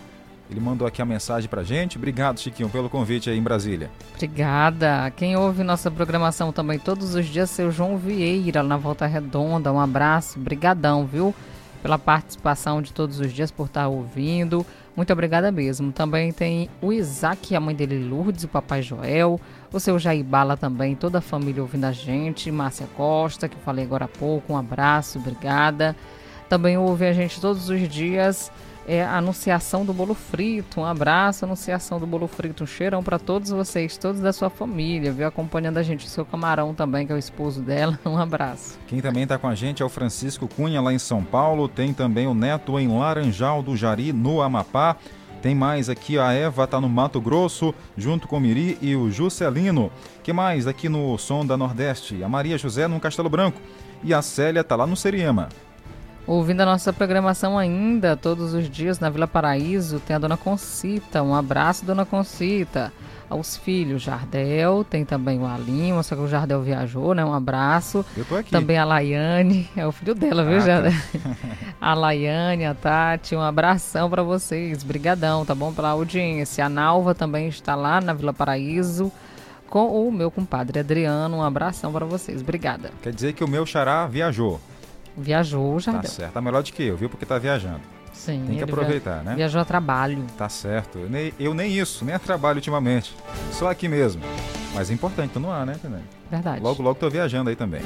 Ele mandou aqui a mensagem pra gente. Obrigado, Chiquinho, pelo convite aí em Brasília. Obrigada. Quem ouve nossa programação também todos os dias, seu João Vieira, na Volta Redonda. Um abraço, brigadão, viu? Pela participação de todos os dias, por estar ouvindo. Muito obrigada mesmo. Também tem o Isaac, a mãe dele Lourdes, o papai Joel, o seu Jair Bala também, toda a família ouvindo a gente, Márcia Costa, que eu falei agora há pouco, um abraço, obrigada. Também ouve a gente todos os dias, a Anunciação do Bolo Frito, um abraço, Anunciação do Bolo Frito, um cheirão para todos vocês, todos da sua família, viu? Acompanhando a gente, o seu Camarão também, que é o esposo dela, um abraço. Quem também está com a gente é o Francisco Cunha, lá em São Paulo, tem também o Neto em Laranjal do Jari, no Amapá, tem mais aqui, a Eva está no Mato Grosso, junto com o Miri e o Juscelino. Que mais aqui no Som da Nordeste? A Maria José no Castelo Branco e a Célia está lá no Seriema. Ouvindo a nossa programação ainda, todos os dias na Vila Paraíso, tem a Dona Concita. Um abraço, Dona Concita. Aos filhos, Jardel, tem também o Alinho, só que o Jardel viajou, né? Um abraço. Eu tô aqui. Também a Laiane, é o filho dela, viu, Jardel? Tá. A Laiane, a Tati, um abração para vocês. Brigadão, tá bom? Pela audiência. A Nalva também está lá na Vila Paraíso com o meu compadre Adriano. Um abração para vocês. Obrigada. Quer dizer que o meu xará viajou. Viajou, Jardel. Tá certo, tá melhor do que eu, viu? Porque tá viajando. Sim. Tem que aproveitar, né? Viajou a trabalho. Tá certo. Eu nem isso, nem a trabalho ultimamente. Só aqui mesmo. Mas é importante, tô no ar, né, também? Verdade. Logo, logo tô viajando aí também.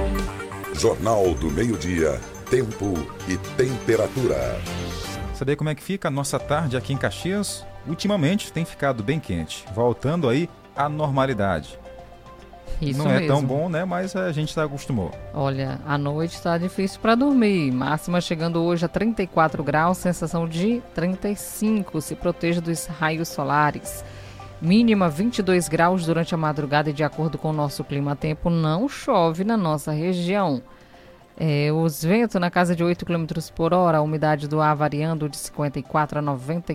Jornal do Meio-Dia, tempo e temperatura. Saber como é que fica a nossa tarde aqui em Caxias? Ultimamente tem ficado bem quente, voltando aí à normalidade. Isso não é mesmo. tão bom, né? Mas a gente se acostumou. Olha, a noite está difícil para dormir. Máxima chegando hoje a 34 graus, sensação de 35. Se proteja dos raios solares. Mínima 22 graus durante a madrugada e de acordo com o nosso clima-tempo, não chove na nossa região. Os ventos na casa de 8 km por hora, a umidade do ar variando de 54% a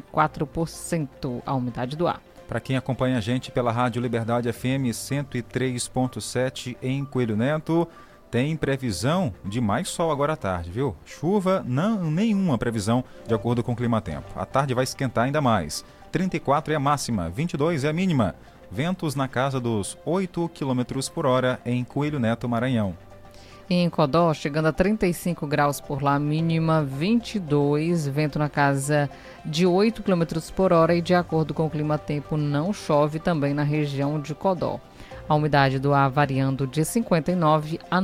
94%, a umidade do ar. Para quem acompanha a gente pela Rádio Liberdade FM 103.7 em Coelho Neto, tem previsão de mais sol agora à tarde, viu? Chuva, não, nenhuma previsão de acordo com o clima-tempo. A tarde vai esquentar ainda mais. 34 é a máxima, 22 é a mínima. Ventos na casa dos 8 km por hora em Coelho Neto, Maranhão. Em Codó, chegando a 35 graus por lá, mínima 22, vento na casa de 8 km por hora e de acordo com o clima-tempo não chove também na região de Codó. A umidade do ar variando de 59% a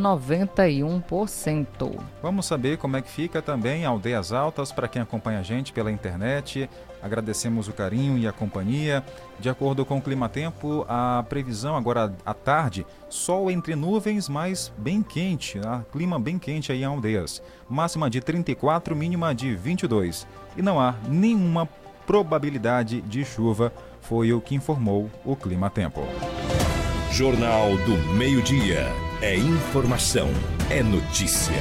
91%. Vamos saber como é que fica também Aldeias Altas para quem acompanha a gente pela internet. Agradecemos o carinho e a companhia. De acordo com o clima-tempo, a previsão agora à tarde, sol entre nuvens, mas bem quente, clima bem quente aí em Aldeias. Máxima de 34, mínima de 22. E não há nenhuma probabilidade de chuva, foi o que informou o clima-tempo. Jornal do Meio-Dia. É informação, é notícia.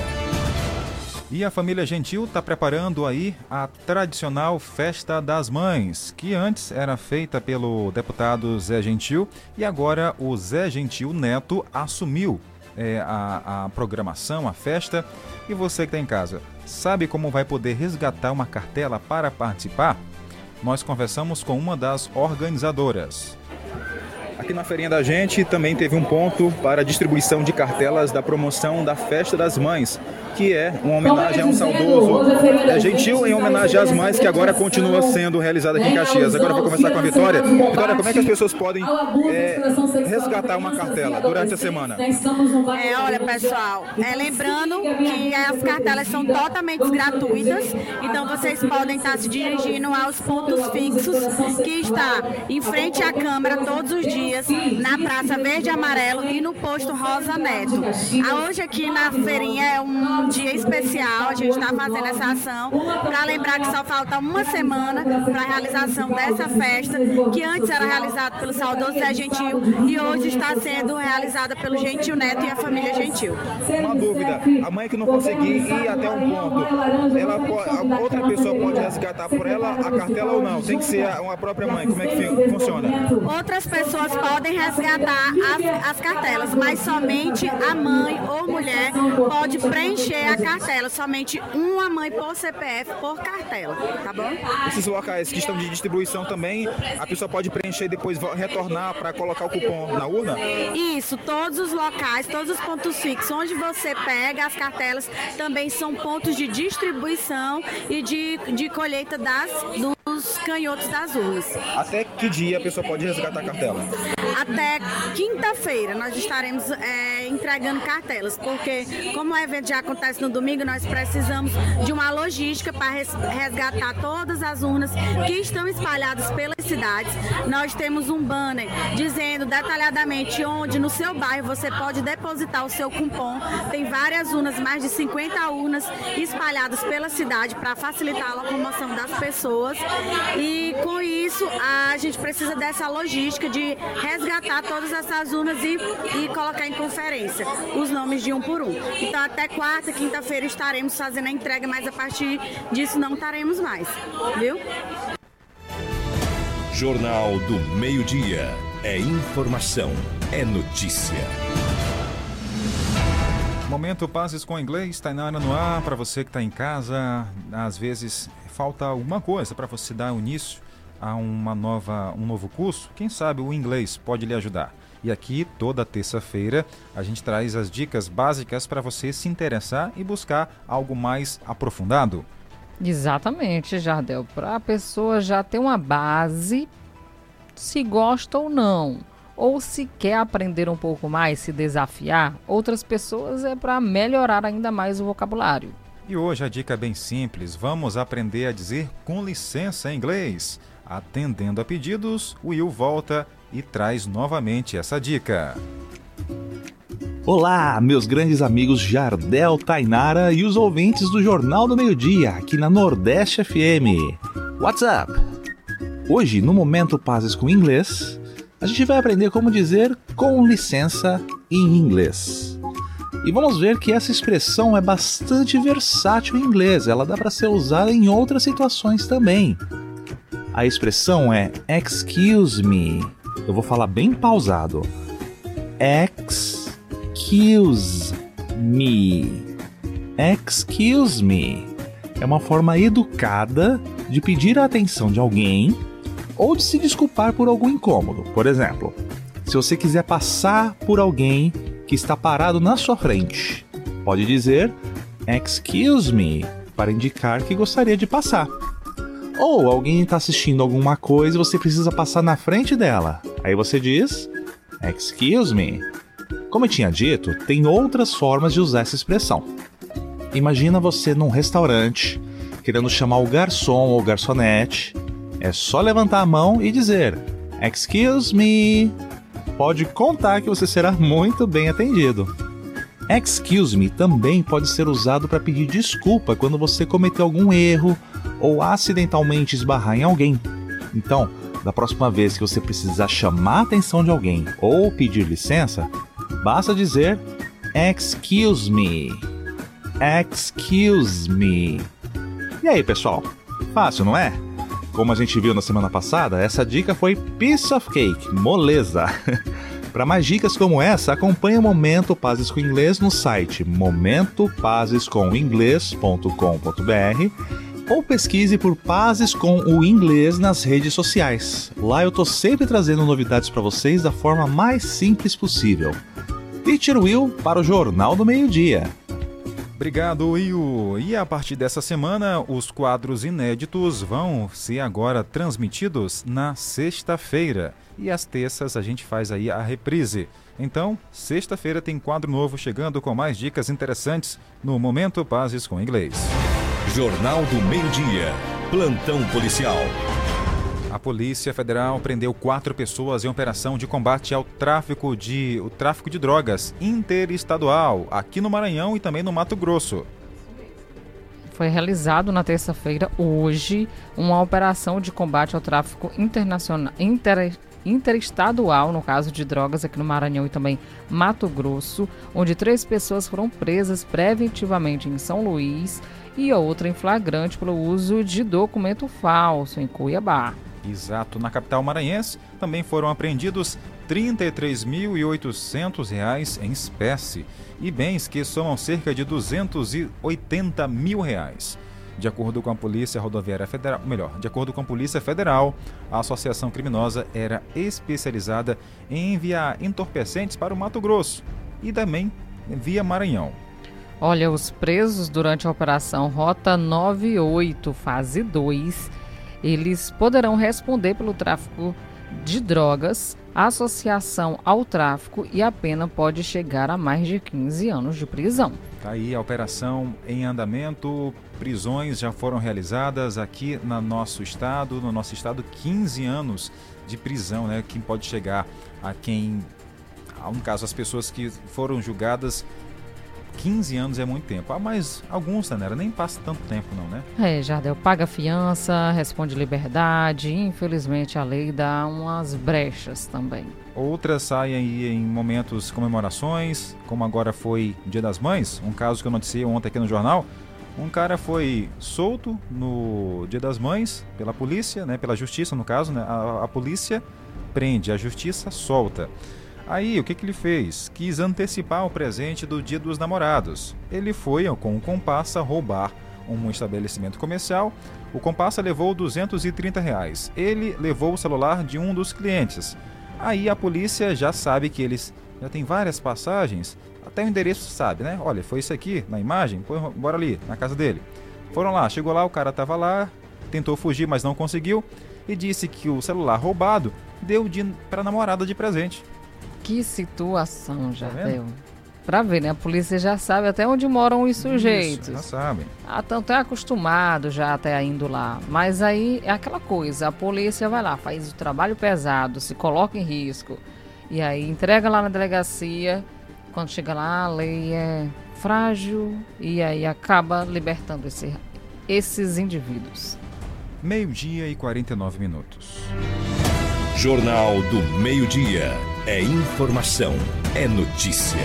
E a família Gentil está preparando aí a tradicional Festa das Mães, que antes era feita pelo deputado Zé Gentil e agora o Zé Gentil Neto assumiu a programação, a festa. E você que está em casa, sabe como vai poder resgatar uma cartela para participar? Nós conversamos com uma das organizadoras. Aqui na feirinha da gente também teve um ponto para distribuição de cartelas da promoção da Festa das Mães, que é uma homenagem a um saudoso Gentil, em homenagem às mães, que agora continua sendo realizada aqui em Caxias. Agora eu vou conversar com a Vitória. Vitória, como é que as pessoas podem resgatar uma cartela durante a semana? Olha, pessoal, lembrando que as cartelas são totalmente gratuitas, então vocês podem estar se dirigindo aos pontos fixos que está em frente à Câmara todos os dias, na Praça Verde e Amarelo e no posto Rosa Neto. Hoje aqui na feirinha é um dia especial, a gente está fazendo essa ação para lembrar que só falta uma semana para a realização dessa festa, que antes era realizada pelo saudoso Zé Gentil e hoje está sendo realizada pelo Gentil Neto e a família Gentil. Uma dúvida, a mãe que não conseguir ir até um ponto, outra pessoa pode resgatar por ela a cartela ou não? Tem que ser a própria mãe, como é que funciona? Outras pessoas podem resgatar as cartelas, mas somente a mãe ou mulher pode preencher preencher a cartela, somente uma mãe por CPF por cartela, tá bom? Esses locais que estão de distribuição também, a pessoa pode preencher e depois retornar para colocar o cupom na urna? Isso, todos os locais, todos os pontos fixos onde você pega as cartelas também são pontos de distribuição e de colheita dos canhotos das urnas. Até que dia a pessoa pode resgatar a cartela? Até quinta-feira nós estaremos entregando cartelas, porque como o evento já acontece no domingo, nós precisamos de uma logística para resgatar todas as urnas que estão espalhadas pelas cidades. Nós temos um banner dizendo detalhadamente onde no seu bairro você pode depositar o seu cupom. Tem várias urnas, mais de 50 urnas espalhadas pela cidade para facilitar a locomoção das pessoas. E com isso a gente precisa dessa logística de resgatar todas essas urnas e colocar em conferência os nomes de um por um. Então até quarta, quinta-feira estaremos fazendo a entrega, mas a partir disso não estaremos mais, viu? Jornal do Meio-Dia. É informação, é notícia. Momento Pazes com Inglês, Tainara no ar. Para você que está em casa, às vezes falta alguma coisa para você dar início a um novo curso. Quem sabe o inglês pode lhe ajudar. E aqui, toda terça-feira, a gente traz as dicas básicas para você se interessar e buscar algo mais aprofundado. Exatamente, Jardel. Para a pessoa já ter uma base, se gosta ou não, ou se quer aprender um pouco mais, se desafiar, outras pessoas é para melhorar ainda mais o vocabulário. E hoje a dica é bem simples, vamos aprender a dizer com licença em inglês. Atendendo a pedidos, Will volta e traz novamente essa dica. Olá, meus grandes amigos Jardel, Tainara e os ouvintes do Jornal do Meio-Dia, aqui na Nordeste FM. What's up? Hoje, no Momento Pazes com Inglês, a gente vai aprender como dizer com licença em inglês. E vamos ver que essa expressão é bastante versátil em inglês, ela dá para ser usada em outras situações também. A expressão é excuse me. Eu vou falar bem pausado. Excuse me. Excuse me. É uma forma educada de pedir a atenção de alguém ou de se desculpar por algum incômodo. Por exemplo, se você quiser passar por alguém que está parado na sua frente, pode dizer excuse me para indicar que gostaria de passar. Ou alguém está assistindo alguma coisa e você precisa passar na frente dela. Aí você diz excuse me. Como eu tinha dito, tem outras formas de usar essa expressão. Imagina você num restaurante querendo chamar o garçom ou garçonete. É só levantar a mão e dizer excuse me. Pode contar que você será muito bem atendido. Excuse me também pode ser usado para pedir desculpa quando você cometeu algum erro ou acidentalmente esbarrar em alguém. Então, da próxima vez que você precisar chamar a atenção de alguém ou pedir licença, basta dizer excuse me. Excuse me. E aí, pessoal? Fácil, não é? Como a gente viu na semana passada, essa dica foi piece of cake, moleza. Para mais dicas como essa, acompanhe o Momento Pazes com Inglês no site momentopazescominglês.com.br ou pesquise por Pazes com o Inglês nas redes sociais. Lá eu tô sempre trazendo novidades para vocês da forma mais simples possível. Teacher Will para o Jornal do Meio-Dia. Obrigado, Will. E a partir dessa semana, os quadros inéditos vão ser agora transmitidos na sexta-feira. E às terças a gente faz aí a reprise. Então, sexta-feira tem quadro novo chegando com mais dicas interessantes no Momento Pazes com Inglês. Jornal do Meio-Dia. Plantão policial. A Polícia Federal prendeu 4 pessoas em operação de combate ao tráfico de drogas interestadual, aqui no Maranhão e também no Mato Grosso. Foi realizado na terça-feira, hoje, uma operação de combate ao tráfico interestadual, no caso de drogas, aqui no Maranhão e também Mato Grosso, onde 3 pessoas foram presas preventivamente em São Luís e a outra em flagrante pelo uso de documento falso em Cuiabá. Exato, na capital maranhense também foram apreendidos R$ 33.800 em espécie e bens que somam cerca de R$ 280 mil. De acordo com a Polícia Rodoviária Federal, de acordo com a Polícia Federal, a associação criminosa era especializada em enviar entorpecentes para o Mato Grosso e também via Maranhão. Olha, os presos durante a Operação Rota 98, fase 2, eles poderão responder pelo tráfico de drogas, associação ao tráfico e a pena pode chegar a mais de 15 anos de prisão. Tá aí a operação em andamento, prisões já foram realizadas aqui no nosso estado, 15 anos de prisão, né? Quem pode chegar a quem, no caso, as pessoas que foram julgadas, 15 anos é muito tempo. Mas alguns, Tanera, nem passa tanto tempo não, né? Jardel, paga fiança, responde liberdade, infelizmente a lei dá umas brechas também. Outras saem aí em momentos comemorações, como agora foi Dia das Mães, um caso que eu noticiei ontem aqui no jornal. Um cara foi solto no Dia das Mães pela polícia, né, pela justiça no caso, né, a polícia prende, a justiça solta. Aí o que ele fez? Quis antecipar o presente do Dia dos Namorados. Ele foi com um comparsa roubar um estabelecimento comercial. O comparsa levou R$ 230. Ele levou o celular de um dos clientes. Aí a polícia já sabe que eles já tem várias passagens, até o endereço sabe, né? Olha, foi isso aqui na imagem, bora ali, na casa dele. Foram lá, chegou lá, o cara estava lá, tentou fugir, mas não conseguiu, e disse que o celular roubado deu para a namorada de presente. Que situação, Jardel. Pra ver, né? A polícia já sabe até onde moram os sujeitos. Isso, já sabem. Tanto é acostumado já até indo lá. Mas aí é aquela coisa, a polícia vai lá, faz o trabalho pesado, se coloca em risco. E aí entrega lá na delegacia. Quando chega lá, a lei é frágil e aí acaba libertando esses indivíduos. 12h49. Jornal do Meio-Dia. É informação, é notícia.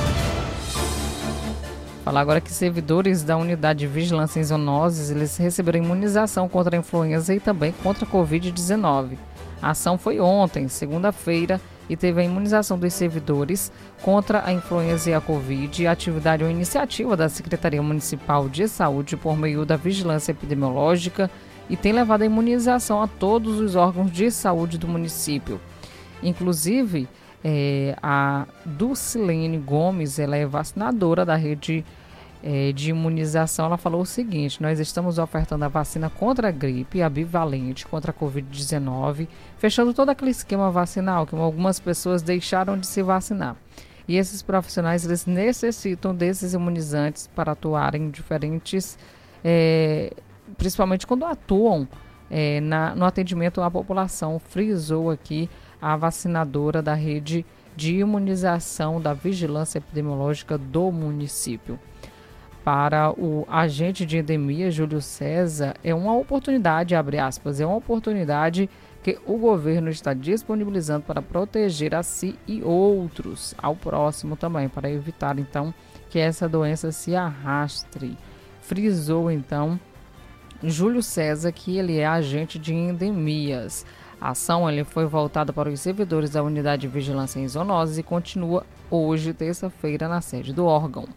Falar agora que servidores da Unidade de Vigilância em Zoonoses, eles receberam imunização contra a influenza e também contra a Covid-19. A ação foi ontem, segunda-feira, e teve a imunização dos servidores contra a influenza e a Covid. A atividade é uma iniciativa da Secretaria Municipal de Saúde por meio da Vigilância Epidemiológica e tem levado a imunização a todos os órgãos de saúde do município. Inclusive, a Dulcilene Gomes, ela é vacinadora da rede de imunização. Ela falou o seguinte: nós estamos ofertando a vacina contra a gripe, a bivalente contra a Covid-19, fechando todo aquele esquema vacinal que algumas pessoas deixaram de se vacinar. E esses profissionais, eles necessitam desses imunizantes para atuarem diferentes, principalmente quando atuam no atendimento à população. Frisou aqui a vacinadora da rede de imunização da Vigilância Epidemiológica do município. Para o agente de endemia, Júlio César, é uma oportunidade, abre aspas, é uma oportunidade que o governo está disponibilizando para proteger a si e outros, ao próximo também, para evitar, então, que essa doença se arrastre. Frisou, então, Júlio César, que ele é agente de endemias. A ação foi voltada para os servidores da Unidade de Vigilância em Zoonoses e continua hoje, terça-feira, na sede do órgão.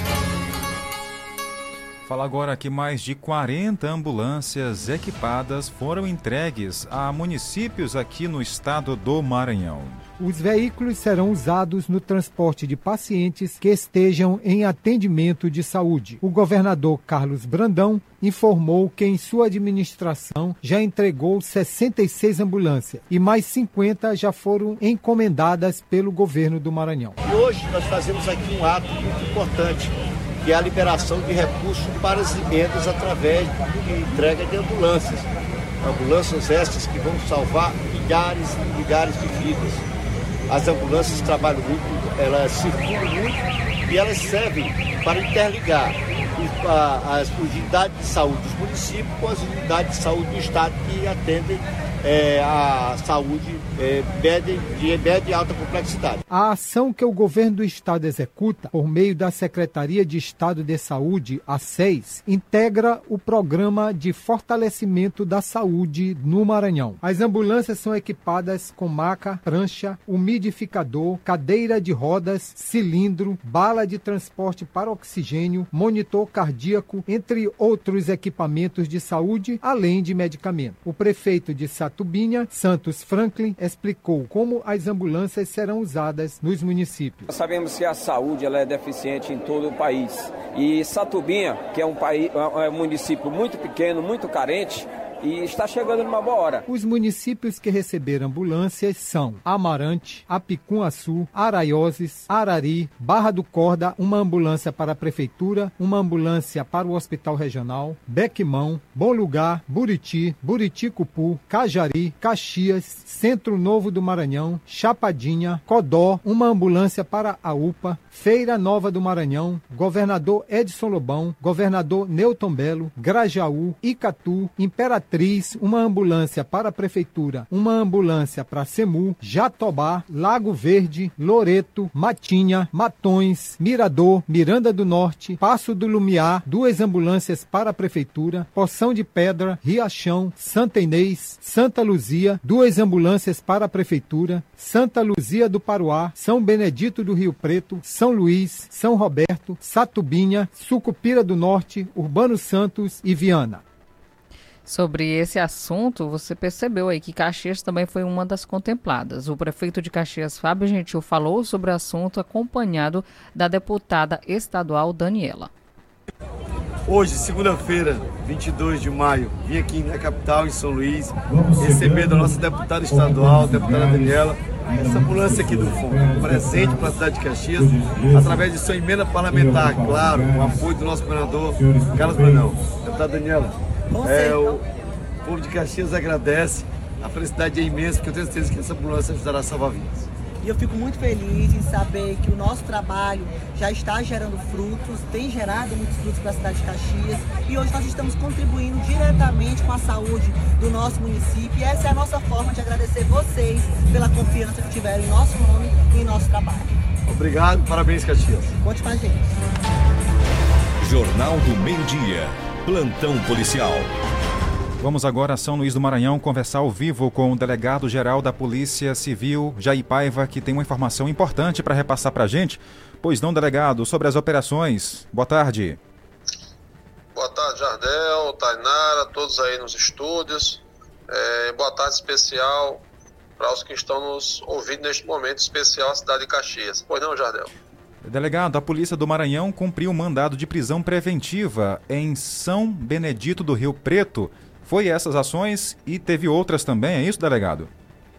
Fala agora que mais de 40 ambulâncias equipadas foram entregues a municípios aqui no estado do Maranhão. Os veículos serão usados no transporte de pacientes que estejam em atendimento de saúde. O governador Carlos Brandão informou que em sua administração já entregou 66 ambulâncias e mais 50 já foram encomendadas pelo governo do Maranhão. E hoje nós fazemos aqui um ato muito importante, que é a liberação de recursos para as emendas através de entrega de ambulâncias. Ambulâncias estas que vão salvar milhares e milhares de vidas. As ambulâncias trabalham muito, elas circulam muito e elas servem para interligar as unidades de saúde dos municípios com as unidades de saúde do estado que atendem a saúde de alta complexidade. A ação que o governo do estado executa, por meio da Secretaria de Estado de Saúde, a SES, integra o Programa de Fortalecimento da Saúde no Maranhão. As ambulâncias são equipadas com maca, prancha, umidificador, cadeira de rodas, cilindro, bala de transporte para oxigênio, monitor cardíaco, entre outros equipamentos de saúde, além de medicamentos. O prefeito de Satubinha, Santos Franklin, explicou como as ambulâncias serão usadas nos municípios. Nós sabemos que a saúde ela é deficiente em todo o país. E Satubinha, que é um município muito pequeno, muito carente, e está chegando numa boa hora. Os municípios que receberam ambulâncias são Amarante, Apicum-Açu, Araioses, Arari, Barra do Corda, uma ambulância para a Prefeitura, uma ambulância para o Hospital Regional, Bequimão, Bom Lugar, Buriti, Buriti-Cupu, Cajari, Caxias, Centro Novo do Maranhão, Chapadinha, Codó, uma ambulância para a UPA, Feira Nova do Maranhão, Governador Edson Lobão, Governador Newton Belo, Grajaú, Icatu, Imperatriz, uma ambulância para a Prefeitura, uma ambulância para Semu, Jatobá, Lago Verde, Loreto, Matinha, Matões, Mirador, Miranda do Norte, Passo do Lumiar, 2 ambulâncias para a Prefeitura, Poção de Pedra, Riachão, Santa Inês, Santa Luzia, 2 ambulâncias para a Prefeitura, Santa Luzia do Paruá, São Benedito do Rio Preto, São Luís, São Roberto, Satubinha, Sucupira do Norte, Urbano Santos e Viana. Sobre esse assunto, você percebeu aí que Caxias também foi uma das contempladas. O prefeito de Caxias, Fábio Gentil, falou sobre o assunto acompanhado da deputada estadual Daniela. Hoje, segunda-feira, 22 de maio, vim aqui na capital, em São Luís, receber da nossa deputada estadual, a deputada Daniela, essa ambulância aqui do fundo, um presente para a cidade de Caxias, através de sua emenda parlamentar, claro, com o apoio do nosso governador Carlos Brandão. Deputada Daniela, o povo de Caxias agradece, a felicidade é imensa, porque eu tenho certeza que essa ambulância ajudará a salvar vidas. E eu fico muito feliz em saber que o nosso trabalho já está gerando frutos, tem gerado muitos frutos para a cidade de Caxias, e hoje nós estamos contribuindo diretamente com a saúde do nosso município, e essa é a nossa forma de agradecer vocês pela confiança que tiveram em nosso nome e em nosso trabalho. Obrigado, parabéns, Caxias. Conte com a gente. Jornal do Meio-Dia. Plantão Policial. Vamos agora a São Luís do Maranhão conversar ao vivo com o delegado-geral da Polícia Civil, Jair Paiva, que tem uma informação importante para repassar para a gente. Pois não, delegado, sobre as operações. Boa tarde. Boa tarde, Jardel, Tainara, todos aí nos estúdios. Boa tarde especial para os que estão nos ouvindo neste momento especial, a cidade de Caxias. Pois não, Jardel? Delegado, a Polícia do Maranhão cumpriu um mandado de prisão preventiva em São Benedito do Rio Preto. Foi essas ações e teve outras também, é isso, delegado?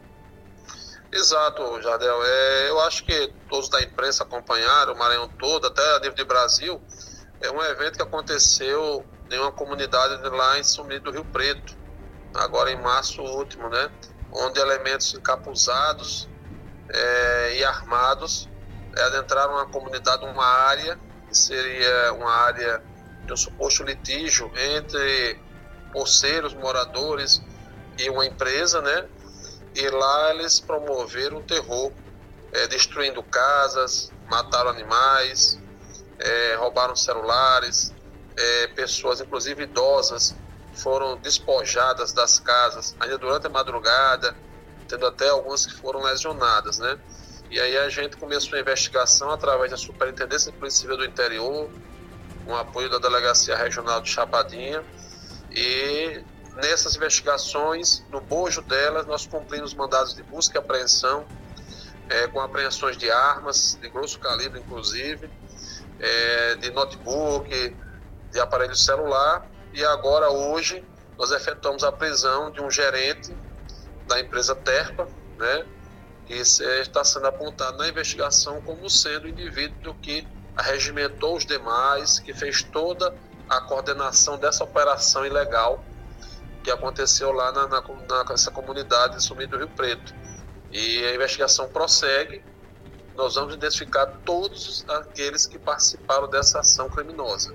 Exato, Jardel. Eu acho que todos da imprensa acompanharam, o Maranhão todo, até a nível de Brasil. É um evento que aconteceu em uma comunidade lá em São Benedito do Rio Preto, agora em março último, né? Onde elementos encapuzados e armados adentraram uma comunidade, uma área que seria uma área de um suposto litígio entre poceiros, moradores e uma empresa, né? E lá eles promoveram o terror, destruindo casas, mataram animais, roubaram celulares, pessoas, inclusive idosas, foram despojadas das casas, ainda durante a madrugada, tendo até algumas que foram lesionadas, né? E aí a gente começou a investigação através da Superintendência de Polícia Civil do Interior, com apoio da Delegacia Regional de Chapadinha, e nessas investigações, no bojo delas, nós cumprimos mandados de busca e apreensão, com apreensões de armas, de grosso calibre inclusive, de notebook, de aparelho celular, e agora hoje nós efetuamos a prisão de um gerente da empresa Terpa, né? Que está sendo apontado na investigação como sendo o indivíduo que arregimentou os demais, que fez toda a coordenação dessa operação ilegal que aconteceu lá nessa comunidade de São Benedito do Rio Preto. E a investigação prossegue, nós vamos identificar todos aqueles que participaram dessa ação criminosa.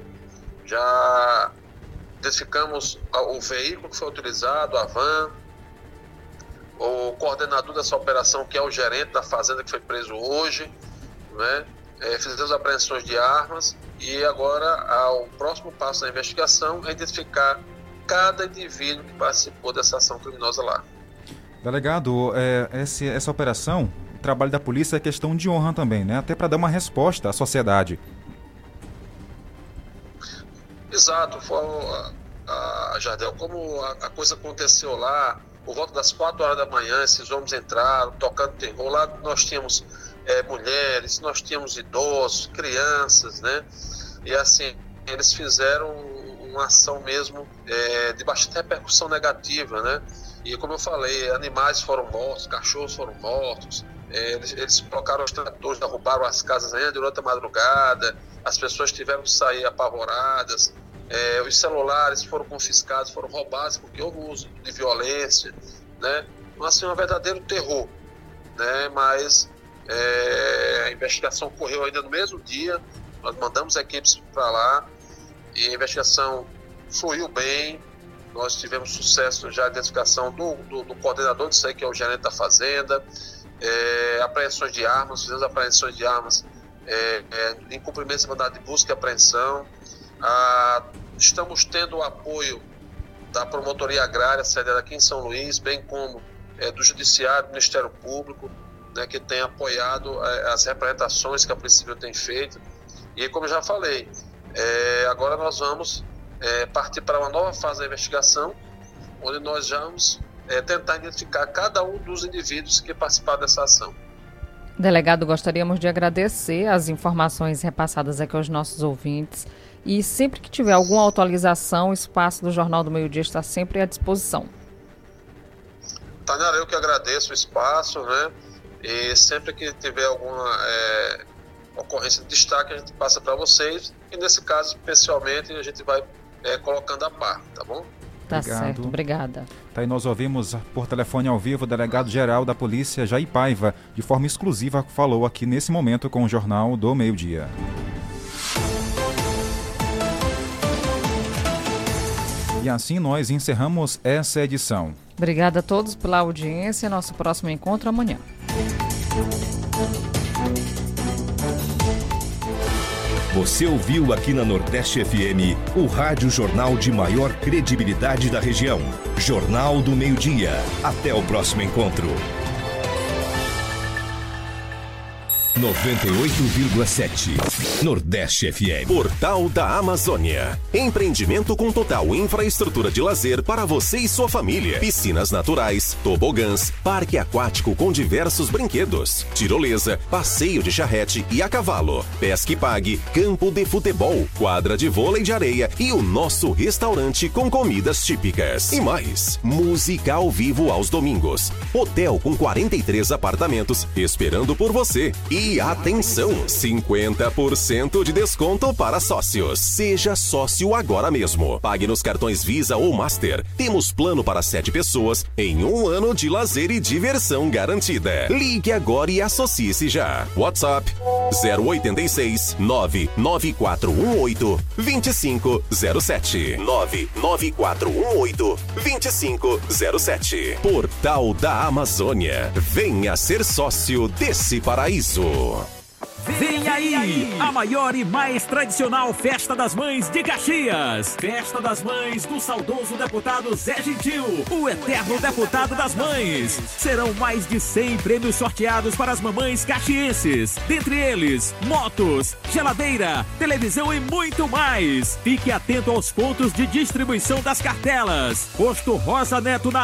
Já identificamos o veículo que foi utilizado, a van, o coordenador dessa operação, que é o gerente da fazenda, que foi preso hoje, né? Fizemos apreensões de armas e agora o próximo passo da investigação é identificar cada indivíduo que participou dessa ação criminosa lá. Delegado, essa operação, o trabalho da polícia é questão de honra também, né? Até para dar uma resposta à sociedade. Exato, Jardel, como a coisa aconteceu lá, por volta das 4 horas da manhã, esses homens entraram, tocando terror. Lá nós tínhamos mulheres, nós tínhamos idosos, crianças, né? E assim, eles fizeram uma ação mesmo de bastante repercussão negativa, né? E como eu falei, animais foram mortos, cachorros foram mortos, eles colocaram os tratores, derrubaram as casas ainda durante a madrugada, as pessoas tiveram que sair apavoradas, os celulares foram confiscados, foram roubados porque houve uso de violência, né? Então, assim, um verdadeiro terror, né? Mas a investigação ocorreu ainda no mesmo dia, nós mandamos equipes para lá e a investigação fluiu bem. Nós tivemos sucesso já na identificação do coordenador disso aí, que é o gerente da fazenda, apreensões de armas, fizemos apreensões de armas em cumprimento de mandado de busca e apreensão. Estamos tendo o apoio da Promotoria Agrária, sediada aqui em São Luís, bem como do Judiciário, do Ministério Público, né, que tem apoiado as representações que a Polícia Civil tem feito. E como eu já falei, agora nós vamos partir para uma nova fase da investigação, onde nós vamos tentar identificar cada um dos indivíduos que participaram dessa ação. Delegado, gostaríamos de agradecer as informações repassadas aqui aos nossos ouvintes e sempre que tiver alguma atualização, o espaço do Jornal do Meio-Dia está sempre à disposição. Tainara, eu que agradeço o espaço, né? E sempre que tiver alguma ocorrência de destaque, a gente passa para vocês e nesse caso, especialmente, a gente vai colocando a par, tá bom? Tá Obrigado. certo, obrigada. Tá, e nós ouvimos por telefone ao vivo o delegado-geral da Polícia, Jair Paiva, de forma exclusiva, falou aqui nesse momento com o Jornal do Meio-Dia. E assim nós encerramos essa edição. Obrigada a todos pela audiência. Nosso próximo encontro amanhã. Você ouviu aqui na Nordeste FM o rádio jornal de maior credibilidade da região. Jornal do Meio-Dia. Até o próximo encontro. 98,7 Nordeste FM. Portal da Amazônia. Empreendimento com total infraestrutura de lazer para você e sua família. Piscinas naturais, tobogãs, parque aquático com diversos brinquedos, tirolesa, passeio de charrete e a cavalo, pesca e pague, campo de futebol, quadra de vôlei de areia e o nosso restaurante com comidas típicas. E mais, música ao vivo aos domingos. Hotel com 43 apartamentos esperando por você. E atenção, 50% de desconto para sócios. Seja sócio agora mesmo. Pague nos cartões Visa ou Master. Temos plano para 7 pessoas em 1 ano de lazer e diversão garantida. Ligue agora e associe-se já. WhatsApp 086 99418 2507 99418 2507. Portal da Amazônia. Venha ser sócio desse paraíso. Vem aí, a maior e mais tradicional Festa das Mães de Caxias. Festa das Mães do saudoso deputado Zé Gentil, o eterno deputado das mães. Serão mais de 100 prêmios sorteados para as mamães caxienses. Dentre eles, motos, geladeira, televisão e muito mais. Fique atento aos pontos de distribuição das cartelas. Posto Rosa Neto na